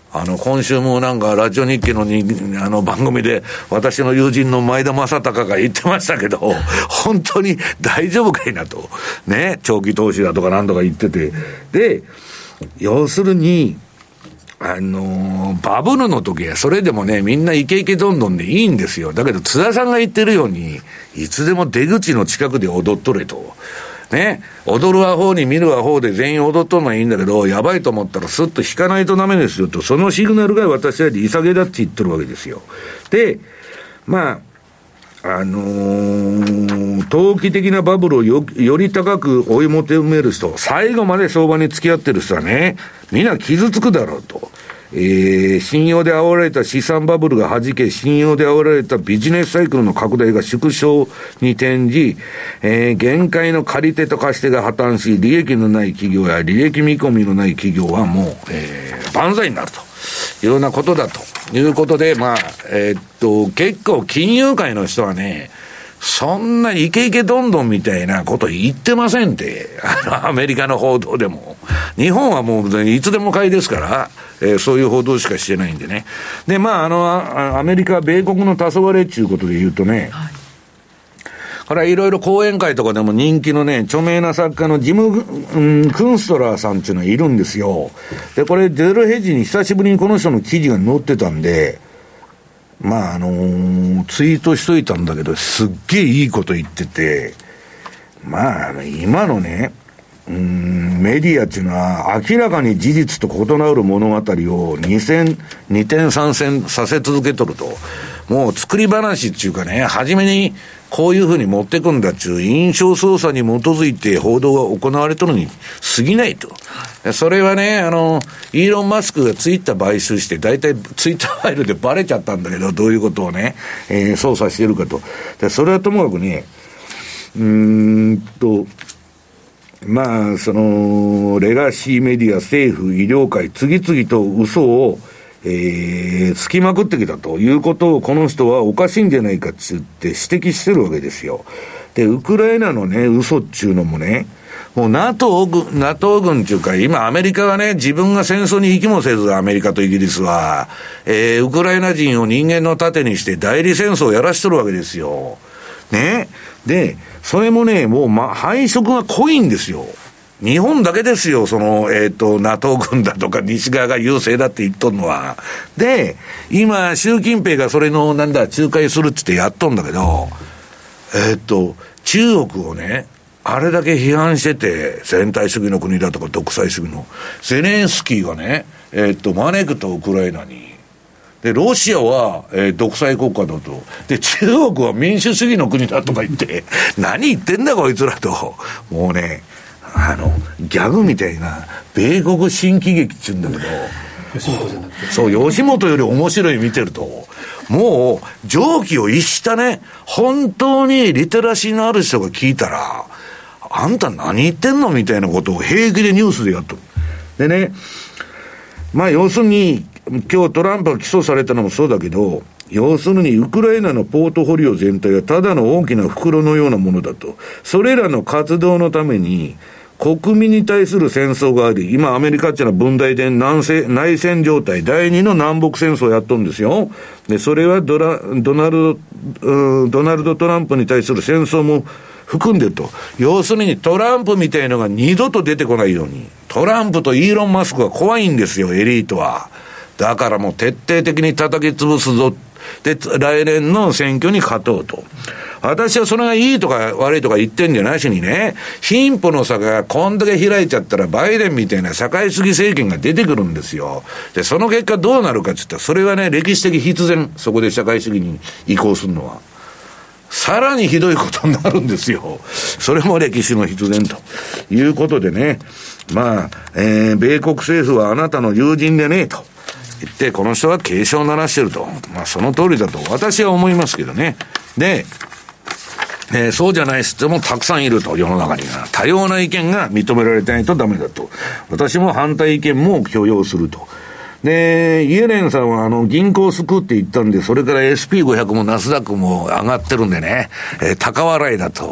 あの、今週もなんか、ラジオ日経のに、あの、番組で、私の友人の前田正孝が言ってましたけど、本当に大丈夫かいなと。ね、長期投資だとかなんとか言ってて。で、要するに、あのー、バブルの時はそれでもね、みんなイケイケどんどんでいいんですよ。だけど、津田さんが言ってるように、いつでも出口の近くで踊っとれと。ね、踊るアホに見るアホで全員踊っとるのはいいんだけど、やばいと思ったらスッと引かないとダメですよと、そのシグナルが私は利下げだって言ってるわけですよ。で、まあ、あのー、投機的なバブルを よ, より高く追い求める人、最後まで相場に付き合ってる人はね、みんな傷つくだろうと。えー、信用で煽られた資産バブルが弾け、信用で煽られたビジネスサイクルの拡大が縮小に転じ、えー、限界の借り手と貸し手が破綻し、利益のない企業や利益見込みのない企業はもう、えー、万歳になるというようなことだということで、まあ、えー、っと、結構金融界の人はね、そんなイケイケどんどんみたいなこと言ってませんって、あの、アメリカの報道でも。日本はもういつでも買いですから、えー、そういう報道しかしてないんでね。で、まあ、あの、アメリカ、米国の黄昏っていうことで言うとね、はい、これはいろいろ講演会とかでも人気のね、著名な作家のジム、うん、クンストラーさんっていうのがいるんですよ。で、これゼロヘッジに久しぶりにこの人の記事が載ってたんで、まあ、あのー、ツイートしといたんだけど、すっげえいいこと言ってて、まあ、今のね、うーん、メディアっていうのは明らかに事実と異なる物語をに戦、に転さん戦させ続けとると、もう作り話っていうかね、初めにこういうふうに持ってくんだっていう印象操作に基づいて報道が行われとるに過ぎないと。それはね、あの、イーロン・マスクがツイッター買収して、大体ツイッターファイルでバレちゃったんだけど、どういうことをね、えー、操作してるかと。で、それはともかくね、うーんと、まあ、その、レガシーメディア、政府、医療界、次々と嘘を、えー、つきまくってきたということを、この人はおかしいんじゃないかって言って指摘してるわけですよ。で、ウクライナのね、嘘っていうのもね、もう NATO 軍、NATO 軍っていうか、今アメリカはね、自分が戦争に行きもせず、アメリカとイギリスは、えー、ウクライナ人を人間の盾にして代理戦争をやらしとるわけですよ。ね。で、それもね、もう、ま、配色が濃いんですよ。日本だけですよ、その、えっと、NATO 軍だとか西側が優勢だって言っとるのは。で、今、習近平がそれの、なんだ、仲介するって言ってやっとんだけど、えっと、中国をね、あれだけ批判してて、全体主義の国だとか独裁主義の、ゼレンスキーがね、えっと、招くとウクライナに。で、ロシアは、えー、独裁国家だと。で、中国は民主主義の国だとか言って、何言ってんだこいつらと。もうね、あの、ギャグみたいな、米国新喜劇って言うんだけど、 吉本じゃなくて。 そう、吉本より面白い見てると、もう、常軌を逸したね、本当にリテラシーのある人が聞いたら、あんた何言ってんのみたいなことを平気でニュースでやっとる。でね、まあ要するに、今日トランプが起訴されたのもそうだけど、要するにウクライナのポートフォリオ全体はただの大きな袋のようなものだと。それらの活動のために、国民に対する戦争があり、今アメリカっていうのは分断で内戦、内戦状態、第二の南北戦争をやっとるんですよ。で、それはドラ、ドナルド、ドナルド・トランプに対する戦争も含んでると。要するにトランプみたいのが二度と出てこないように。トランプとイーロン・マスクは怖いんですよ、エリートは。だからもう徹底的に叩き潰すぞ。で、来年の選挙に勝とうと。私はそれがいいとか悪いとか言ってんじゃなしにね、貧富の差がこんだけ開いちゃったらバイデンみたいな社会主義政権が出てくるんですよ。で、その結果どうなるかって言ったら、それはね、歴史的必然、そこで社会主義に移行するのは。さらにひどいことになるんですよ。それも歴史の必然ということでね、まあ、えー、米国政府はあなたの友人でねえと言って、この人は警鐘を鳴らしてると。まあ、その通りだと私は思いますけどね。で、えー、そうじゃない人もたくさんいると、世の中には。多様な意見が認められないとダメだと。私も反対意見も許容すると。で、イエレンさんはあの銀行を救うって言ったんで、それから エスピーごひゃく もナスダックも上がってるんでね、えー、高笑いだと。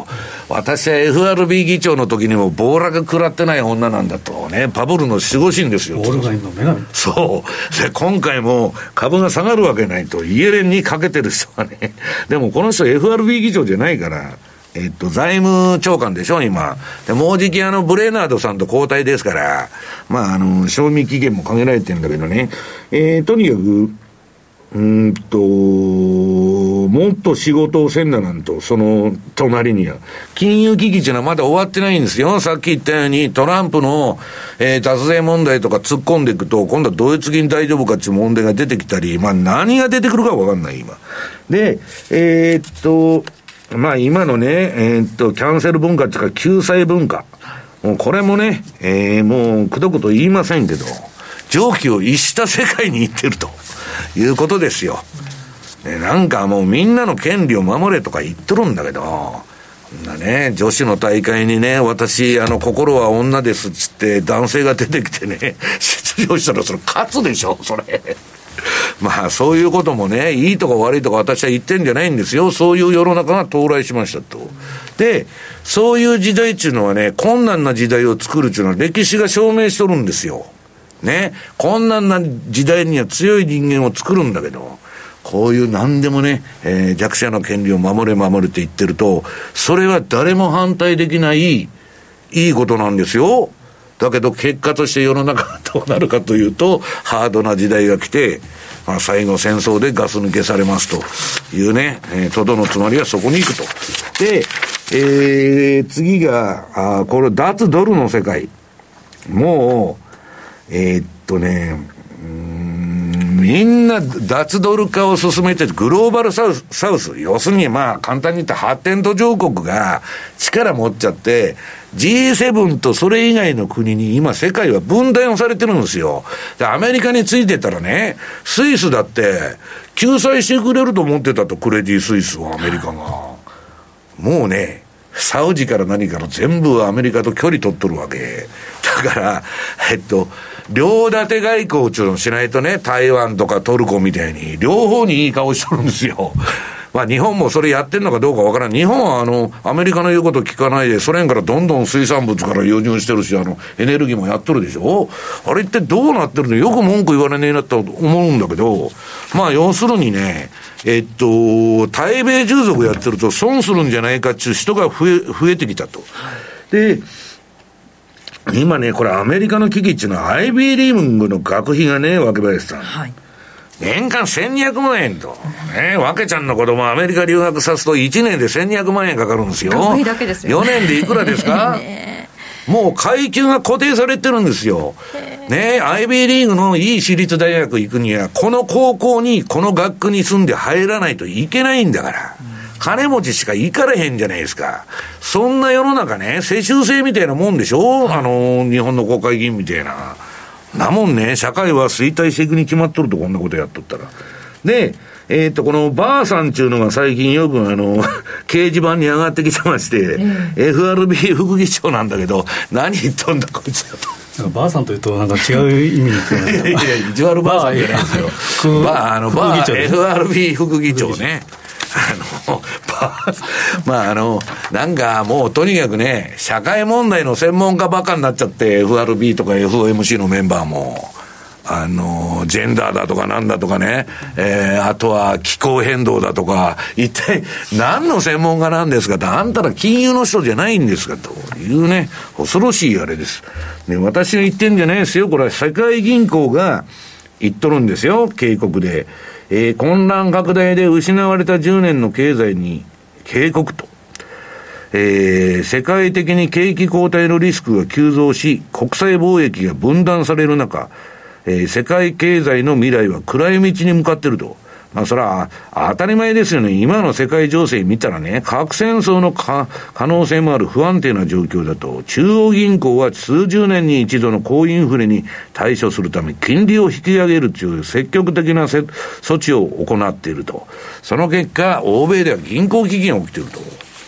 私は エフアールビー 議長の時にも暴落食らってない女なんだとね、パブルの守護神ですよ。 オールガインの女神。 そうで、今回も株が下がるわけないとイエレンにかけてる人はね、でもこの人 エフアールビー 議長じゃないから、えっと財務長官でしょ今で、もうじきあのブレナードさんと交代ですから、まああの賞味期限も限られてるんだけどね、えー、とにかくうーんともっと仕事をせんだなんと、その隣には金融危機っていうのはまだ終わってないんですよ。さっき言ったようにトランプの、えー、脱税問題とか突っ込んでいくと、今度はドイツ銀大丈夫かっていう問題が出てきたり、まあ何が出てくるか分かんない今で、えー、っとまあ今のね、えー、っとキャンセル文化っていうか救済文化、もうこれもね、えー、もうくどくど言いませんけど、常軌を逸した世界に行ってるということですよ。ね、なんかもうみんなの権利を守れとか言っとるんだけど、なね、女子の大会にね、私あの心は女ですっつって男性が出てきてね出場したらそれ勝つでしょそれまあそういうこともね、いいとか悪いとか私は言ってんじゃないんですよ。そういう世の中が到来しましたと。でそういう時代っていうのはね、困難な時代を作るっていうのは歴史が証明しとるんですよね。困難な時代には強い人間を作るんだけど、こういう何でもね、えー、弱者の権利を守れ守れって言ってると、それは誰も反対できないいいことなんですよ。だけど結果として世の中がどうなるかというと、ハードな時代が来て、まあ、最後戦争でガス抜けされますというね、えー、とどのつまりはそこに行くと。で、えー、次があこれ脱ドルの世界。もうえー、っとねうーんみんな脱ドル化を進めてグローバルサウス、サウス要するにまあ簡単に言った発展途上国が力持っちゃって、ジーセブン とそれ以外の国に今世界は分断をされてるんですよ。でアメリカについてたらね、スイスだって救済してくれると思ってたと、クレディスイスはアメリカがもうね、サウジから何から全部アメリカと距離取っとるわけだから、えっと両立て外交っていうのをしないとね、台湾とかトルコみたいに両方にいい顔しとるんですよ。まあ日本もそれやってんのかどうかわからん。日本はあのアメリカの言うこと聞かないでソ連からどんどん水産物から輸入してるし、あのエネルギーもやっとるでしょ。あれってどうなってるの、よく文句言われねえなと思うんだけど、まあ要するにね、えっと対米従属やってると損するんじゃないかっていう人が増え増えてきたと。で今ね、これアメリカの危機っていうのはアイビーリーグの学費がね、若林さん、はい、年間せんにひゃくまんえんと、ね、わけちゃんの子供アメリカ留学さすといちねんでせんにひゃくまんえんかかるんですよ。 学費だけですよ、ね、 よねんでいくらですかね、もう階級が固定されてるんですよ。ね、アイビーリーグのいい私立大学行くにはこの高校にこの学区に住んで入らないといけないんだから、金持ちしか行かれへんじゃないですか。そんな世の中ね、世襲制みたいなもんでしょ、あの日本の国会議員みたいななもんね。社会は衰退していくに決まっとると、こんなことやっとったら。でえっとこのバーさんっていうのが最近よくあの掲示板に上がってきてまして、うん、エフアールビー 副議長なんだけど、何言っとんだこいつだと。 バーさんというとなんか違う意味に聞こえる。いやいや、 意地悪バーさんじゃないですよ。バー、あのバー エフアールビー 副議長ね。あの、まああの、なんかもうとにかくね、社会問題の専門家ばっかになっちゃって、エフアールビー とか エフオーエムシー のメンバーも、あの、ジェンダーだとかなんだとかね、えー、あとは気候変動だとか、一体何の専門家なんですかって、あんたら金融の人じゃないんですかというね、恐ろしいあれです。ね、私が言ってんじゃないですよ。これは世界銀行が言っとるんですよ、警告で。えー、混乱拡大で失われたじゅうねんの経済に警告と。えー、世界的に景気後退のリスクが急増し、国際貿易が分断される中、えー、世界経済の未来は暗い道に向かっていると。まあそれは当たり前ですよね。今の世界情勢見たらね、核戦争の可能性もある不安定な状況だと、中央銀行は数十年に一度の高インフレに対処するため金利を引き上げるという積極的な措置を行っていると。その結果、欧米では銀行危機が起きていると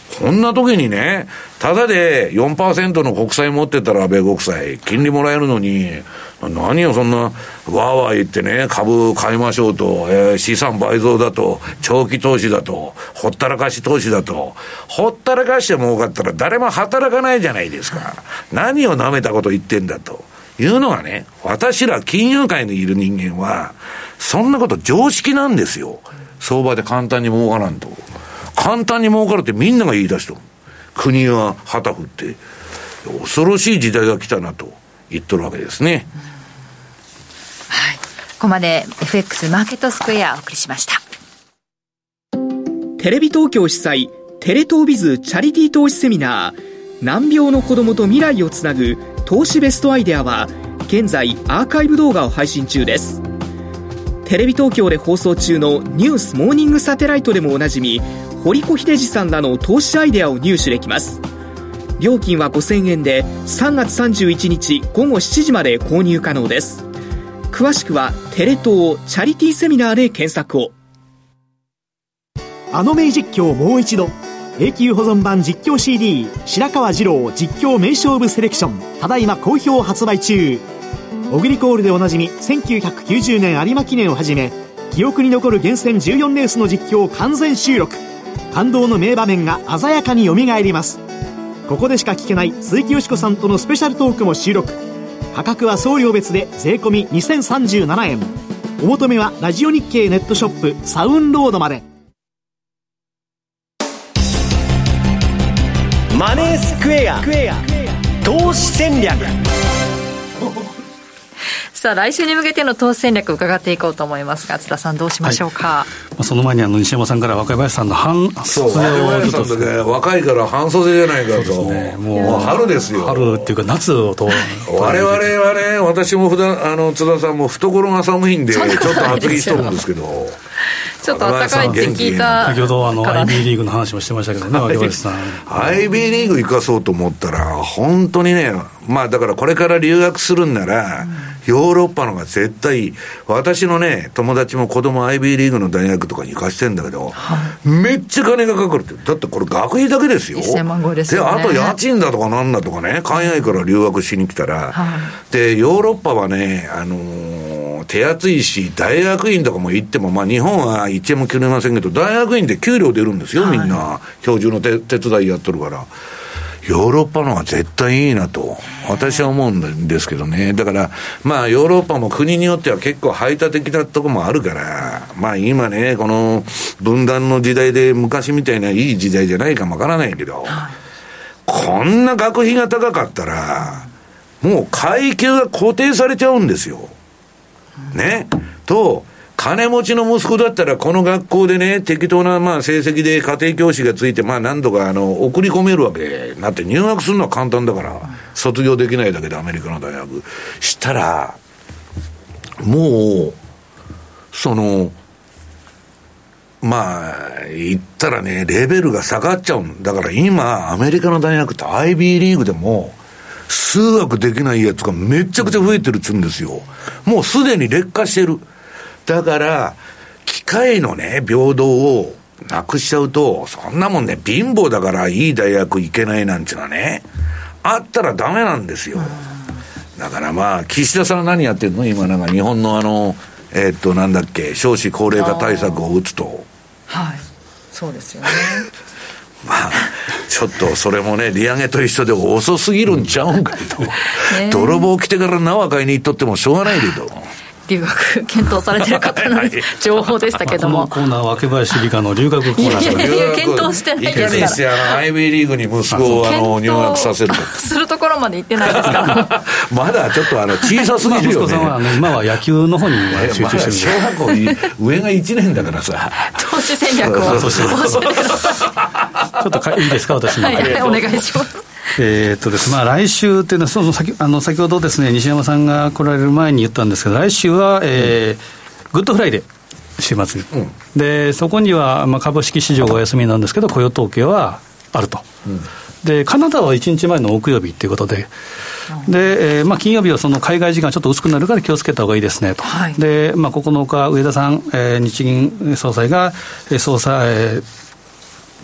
こんな時にね、ただで よんパーセント の国債持ってたら米国債、金利もらえるのに、何をそんな、わーわー言ってね、株買いましょうと、えー、資産倍増だと、長期投資だと、ほったらかし投資だと、ほったらかして儲かったら誰も働かないじゃないですか。何を舐めたこと言ってんだというのがね、私ら金融界にいる人間は、そんなこと常識なんですよ。相場で簡単に儲からんと。簡単に儲かるってみんなが言い出した。国は旗振って、恐ろしい時代が来たなと言っとるわけですね。 はい。ここまで エフエックス マーケットスクエアをお送りしました。 テレビ東京主催テレ東ビズチャリティー投資セミナー、難病の子どもと未来をつなぐ投資ベストアイデアは現在アーカイブ動画を配信中です。テレビ東京で放送中のニュースモーニングサテライトでもおなじみ、堀子秀治さんらの投資アイデアを入手できます。料金はごせんえんでさんがつさんじゅういちにちごごしちじまで購入可能です。詳しくはテレ東チャリティーセミナーで検索を。 あの名実況をもう一度、永久保存版実況 シーディー 白川二郎実況名勝負セレクション、ただいま好評発売中。オグリコールでおなじみせんきゅうひゃくきゅうじゅうねん有馬記念をはじめ、記憶に残る厳選じゅうよんレースの実況を完全収録。感動の名場面が鮮やかによみがえります。ここでしか聞けない鈴木よしこさんとのスペシャルトークも収録。価格は送料別で税込みにせんさんじゅうななえん。お求めはラジオ日経ネットショップサウンロードまで。 マネースクエア投資戦略。 さあ来週に向けての投資戦略を伺っていこうと思いますが、津田さんどうしましょうか。 はい、その前にあの西山さんから若林さんの半袖を、 若林さんだけ若いから半袖じゃないかと。そうですね、もう春ですよ。 春っていうか夏をと我々はね、私も普段あの津田さんも懐が寒いんでちょっと厚着しとるんですけどちょっと暖かいって聞いた。 先ほどあの アイビー リーグの話もしてましたけどね、若林さん。 アイビー リーグ行かそうと思ったら本当にね、まあだからこれから留学するんなら、うん、ヨーロッパのが絶対いい。私のね友達も子供 アイビー リーグの大学とかに行かしてんだけど、はい、めっちゃ金がかかるって。だってこれ学費だけですよ。 せんまん超えですよね。 であと家賃だとかなんだとかね、海外から留学しに来たら、はい、でヨーロッパはね、あのー、手厚いし、大学院とかも行っても、まあ日本はいちえんもくれませんけど、大学院で給料出るんですよ、みんな、はい、標準の手手伝いやっとるから。ヨーロッパのが絶対いいなと私は思うんですけどね。だからまあヨーロッパも国によっては結構排他的なとこもあるから、まあ今ねこの分断の時代で昔みたいないい時代じゃないかもわからないけど、はい、こんな学費が高かったらもう階級が固定されちゃうんですよね。と金持ちの息子だったらこの学校でね適当なまあ成績で家庭教師がついてまあ何度かあの送り込めるわけなって、入学するのは簡単だから卒業できないだけでアメリカの大学したらもうそのまあ言ったらねレベルが下がっちゃうんだから。今アメリカの大学って アイビー リーグでも数学できないやつがめちゃくちゃ増えてるっつうんですよ。もうすでに劣化してる。だから機械のね平等をなくしちゃうと、そんなもんね貧乏だからいい大学行けないなんていうのはねあったらダメなんですよ。だからまあ岸田さん何やってるの今、なんか日本のあのえー、っとなんだっけ少子高齢化対策を打つと、 はいそうですよねまあちょっとそれもね利上げと一緒で遅すぎるんちゃうんかと、ね、泥棒来てから縄買いに行っとってもしょうがないけど留学検討されてる方の情報でしたけども、 このコーナーは若林理科の留学コーナー。 いやいやいや検討してないですから。いかにしてあの アイビー リーグに息子をあの入学させるとするところまで行ってないですからまだちょっとあの小さすぎるよね。息子さんはあの今は野球の方に集中してる、 ま、小学校上がいちねんだからさ投資戦略を教えてください。 ちょっといいですか私の、 はいはい、お願いします。 えーっとですまあ、来週っていうのはその 先, あの先ほどですね西山さんが来られる前に言ったんですけど、来週は、えー、グッドフライデー週末に、うん、でそこには、まあ、株式市場がお休みなんですけど雇用統計はあると、うん、でカナダはいちにちまえの木曜日ということで、うんでえーまあ、金曜日はその海外時間ちょっと薄くなるから気をつけた方がいいですねと、はいでまあ、ここのか上田さん、えー、日銀総裁が、えー、総裁、えー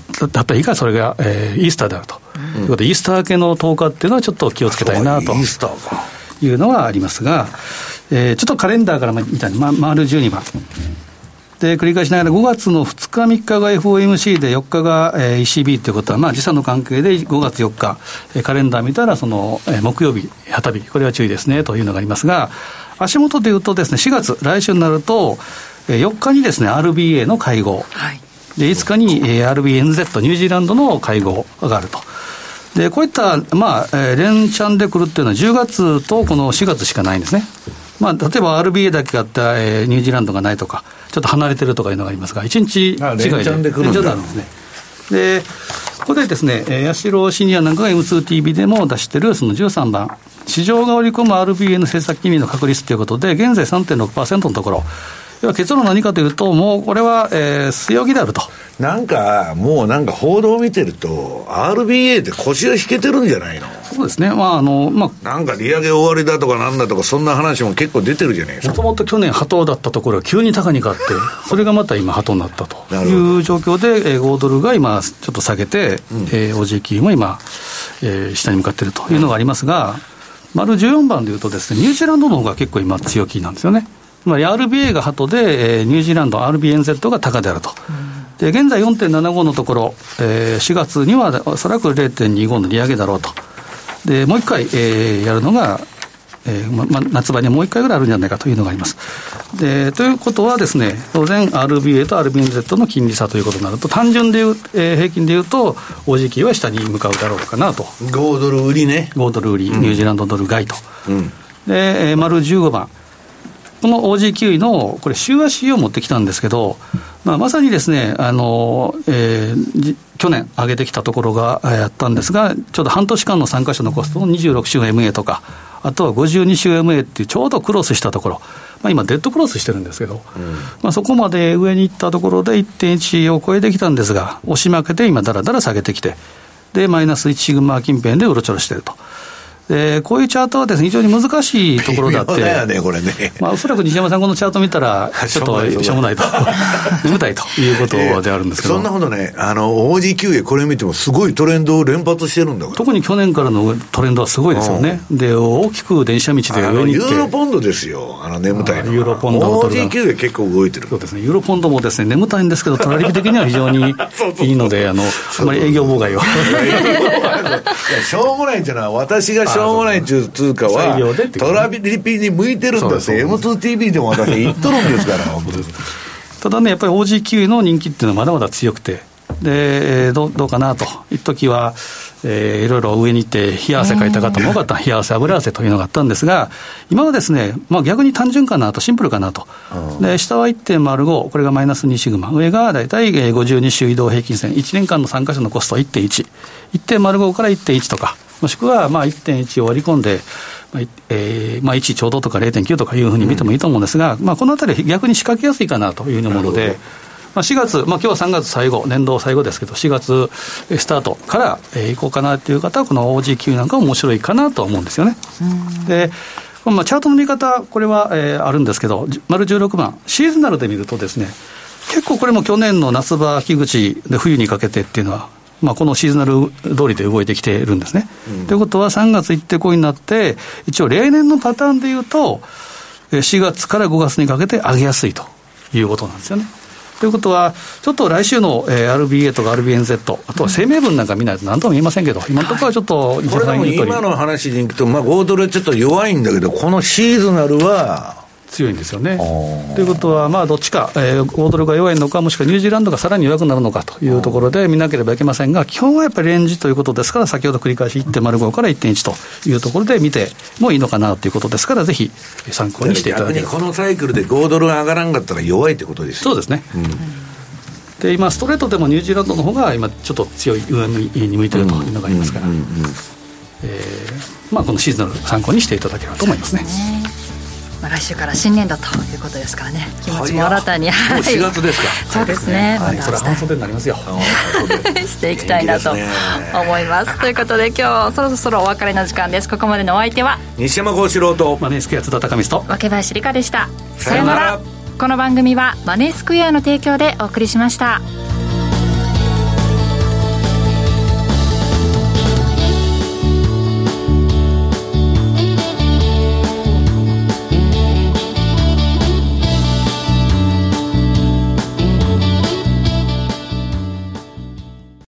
だった日がそれが、えー、イースターであると、うん、ということでイースター明けのとおかっていうのはちょっと気をつけたいなとイースターかいうのはありますが、えー、ちょっとカレンダーから見たいな、ま、丸じゅうにばんで繰り返しながらごがつのふつかみっかが エフオーエムシー でよっかが、えー、イーシービー ということは、まあ、時差の関係でごがつよっか、えー、カレンダー見たらその、えー、木曜日旗日これは注意ですねというのがありますが、足元でいうとですねしがつ来週になると、えー、よっかにですね アールビーエー の会合、はい、でいつかに、えー、アールビーエヌゼット ニュージーランドの会合があると。でこういった、まあえー、連チャンで来るっていうのはじゅうがつとこのしがつしかないんですね。まあ、例えば アールビーエー だけがあった、えー、ニュージーランドがないとかちょっと離れてるとかいうのがありますがいちにち違いで連チャンで来るんだ。連チャンであるんですね。でここでですね八代シニアなんかが エムツーティービー でも出してるそのじゅうさんばん市場が織り込む アールビーエー の政策金利の確率ということで現在 さんてんろくパーセント のところ、要は結論は何かというともうこれは、えー、据え置きであると。 なんかもうなんか報道を見てると アールビーエー って腰が引けてるんじゃないの。 そうですね、まああのまあ、 なんか利上げ終わりだとかなんだとかそんな話も結構出てるじゃないですか。 もともと去年ハトだったところが急に高に買ってそれがまた今ハトになったという状況で、えー、ごドルが今ちょっと下げて、うんえー、オージー キーも今、えー、下に向かっているというのがありますが、丸じゅうよんばんでいうとですねニュージーランドの方が結構今強気なんですよね。つまり アールビーエー がハトで、えー、ニュージーランド アールビーエヌゼット が高であると、うん、で現在 よんてんななご のところ、えー、しがつにはおそらく ゼロてんにご の利上げだろうと。でもう一回、えー、やるのが、えーまま、夏場にもう一回ぐらいあるんじゃないかというのがあります。でということはですね当然 アールビーエー と アールビーエヌゼット の金利差ということになると単純でいう、えー、平均でいうと オージー キーは下に向かうだろうかなと。 ごドル売りね。 ごドル売り、うん、ニュージーランドドル買いと、うん、で、えー、丸じゅうごばんこの オージー キウイのこれ週足を持ってきたんですけど、まあ、まさにですねあの、えー、去年上げてきたところがあったんですがちょうど半年間の参加者のコストのにじゅうろく週 エムエー とかあとはごじゅうに週 エムエー っていうちょうどクロスしたところ、まあ、今デッドクロスしてるんですけど、うんまあ、そこまで上に行ったところで いってんいち を超えてきたんですが押し負けて今だらだら下げてきてでマイナスいちシグマ近辺でうろちょろしてると。でこういうチャートはですね非常に難しいところだって微妙だよねこれね、 まあ、おそらく西山さんこのチャート見たらちょっとしょうもないと眠たいということであるんですけど、 そんなことねあの オージー キウイこれ見てもすごいトレンドを連発してるんだから。 特に去年からのトレンドはすごいですよね。で大きく電車道で上に行ってユーロポンドですよあの眠たいのユーロポンドオージー キウイ結構動いてる。 そうですねユーロポンドもですね眠たいんですけどトラリピ的には非常にいいのであのあまり営業妨害をしょうもないっていうのは私がしょうもないっていう通貨はトラリピに向いてるんだって エムツーティービー でも私言っとるんですからただねやっぱり オージー キウイの人気っていうのはまだまだ強くてで ど, どうかなと一時は、えー、いろいろ上に行って冷や汗かいた方も多かった冷や汗油汗というのがあったんですが今はですね、まあ、逆に単純かなとシンプルかなとで下は いってんまるご これがマイナスにシグマ上がだいたいごじゅうに週移動平均線いちねんかんの参加者のコスト いってんいち いってんまるご から いってんいち とかもしくはまあ いってんいち を割り込んで、まあえーまあ、いちちょうどとか れいてんきゅう とかいうふうに見てもいいと思うんですが、うんまあ、このあたり逆に仕掛けやすいかなというもので、まあ、しがつ、まあ、今日はさんがつ最後年度最後ですけどしがつスタートから、えー、行こうかなという方はこの オージー キウイなんか面白いかなと思うんですよね。でまあ、チャートの見方これは、えー、あるんですけど丸じゅうろくばんシーズナルで見るとですね結構これも去年の夏場秋口で冬にかけてっていうのはまあ、このシーズナル通りで動いてきているんですね。と、うん、いうことはさんがつ行ってこいになって一応例年のパターンでいうとしがつからごがつにかけて上げやすいということなんですよね。ということはちょっと来週の、えー、アールビーエー とか アールビーエヌゼット あとは声明文なんか見ないと何とも言えませんけど今のところはちょっと、はい、 これでも今の話でいくと、まあ、ごドルはちょっと弱いんだけどこのシーズナルは強いんですよね。ということはまあどっちか、えー、ごドルが弱いのかもしくはニュージーランドがさらに弱くなるのかというところで見なければいけませんが基本はやっぱりレンジということですから先ほど繰り返し いってんまるご から いってんいち というところで見てもいいのかなということですからぜひ参考にしていただければ。 逆にこのサイクルでごドルが上がらんかったら弱いってことですよ。 そうですね、うんで今ストレートでもニュージーランドの方が今ちょっと強い上に向いているというのがありますから、えーまあ、このシーズンの参考にしていただければと思いますね。 まあ、来週から新年度ということですからね気持ちも新たに、はい、 もうしがつですかそうですね、 はい、それは半袖になりますよしていきたいなと思いますということで今日そろそろお別れの時間です。ここまでのお相手は西山幸四郎とマネースクエア津田隆光と若林理香でした。 さよなら。 この番組はマネースクエアの提供でお送りしました。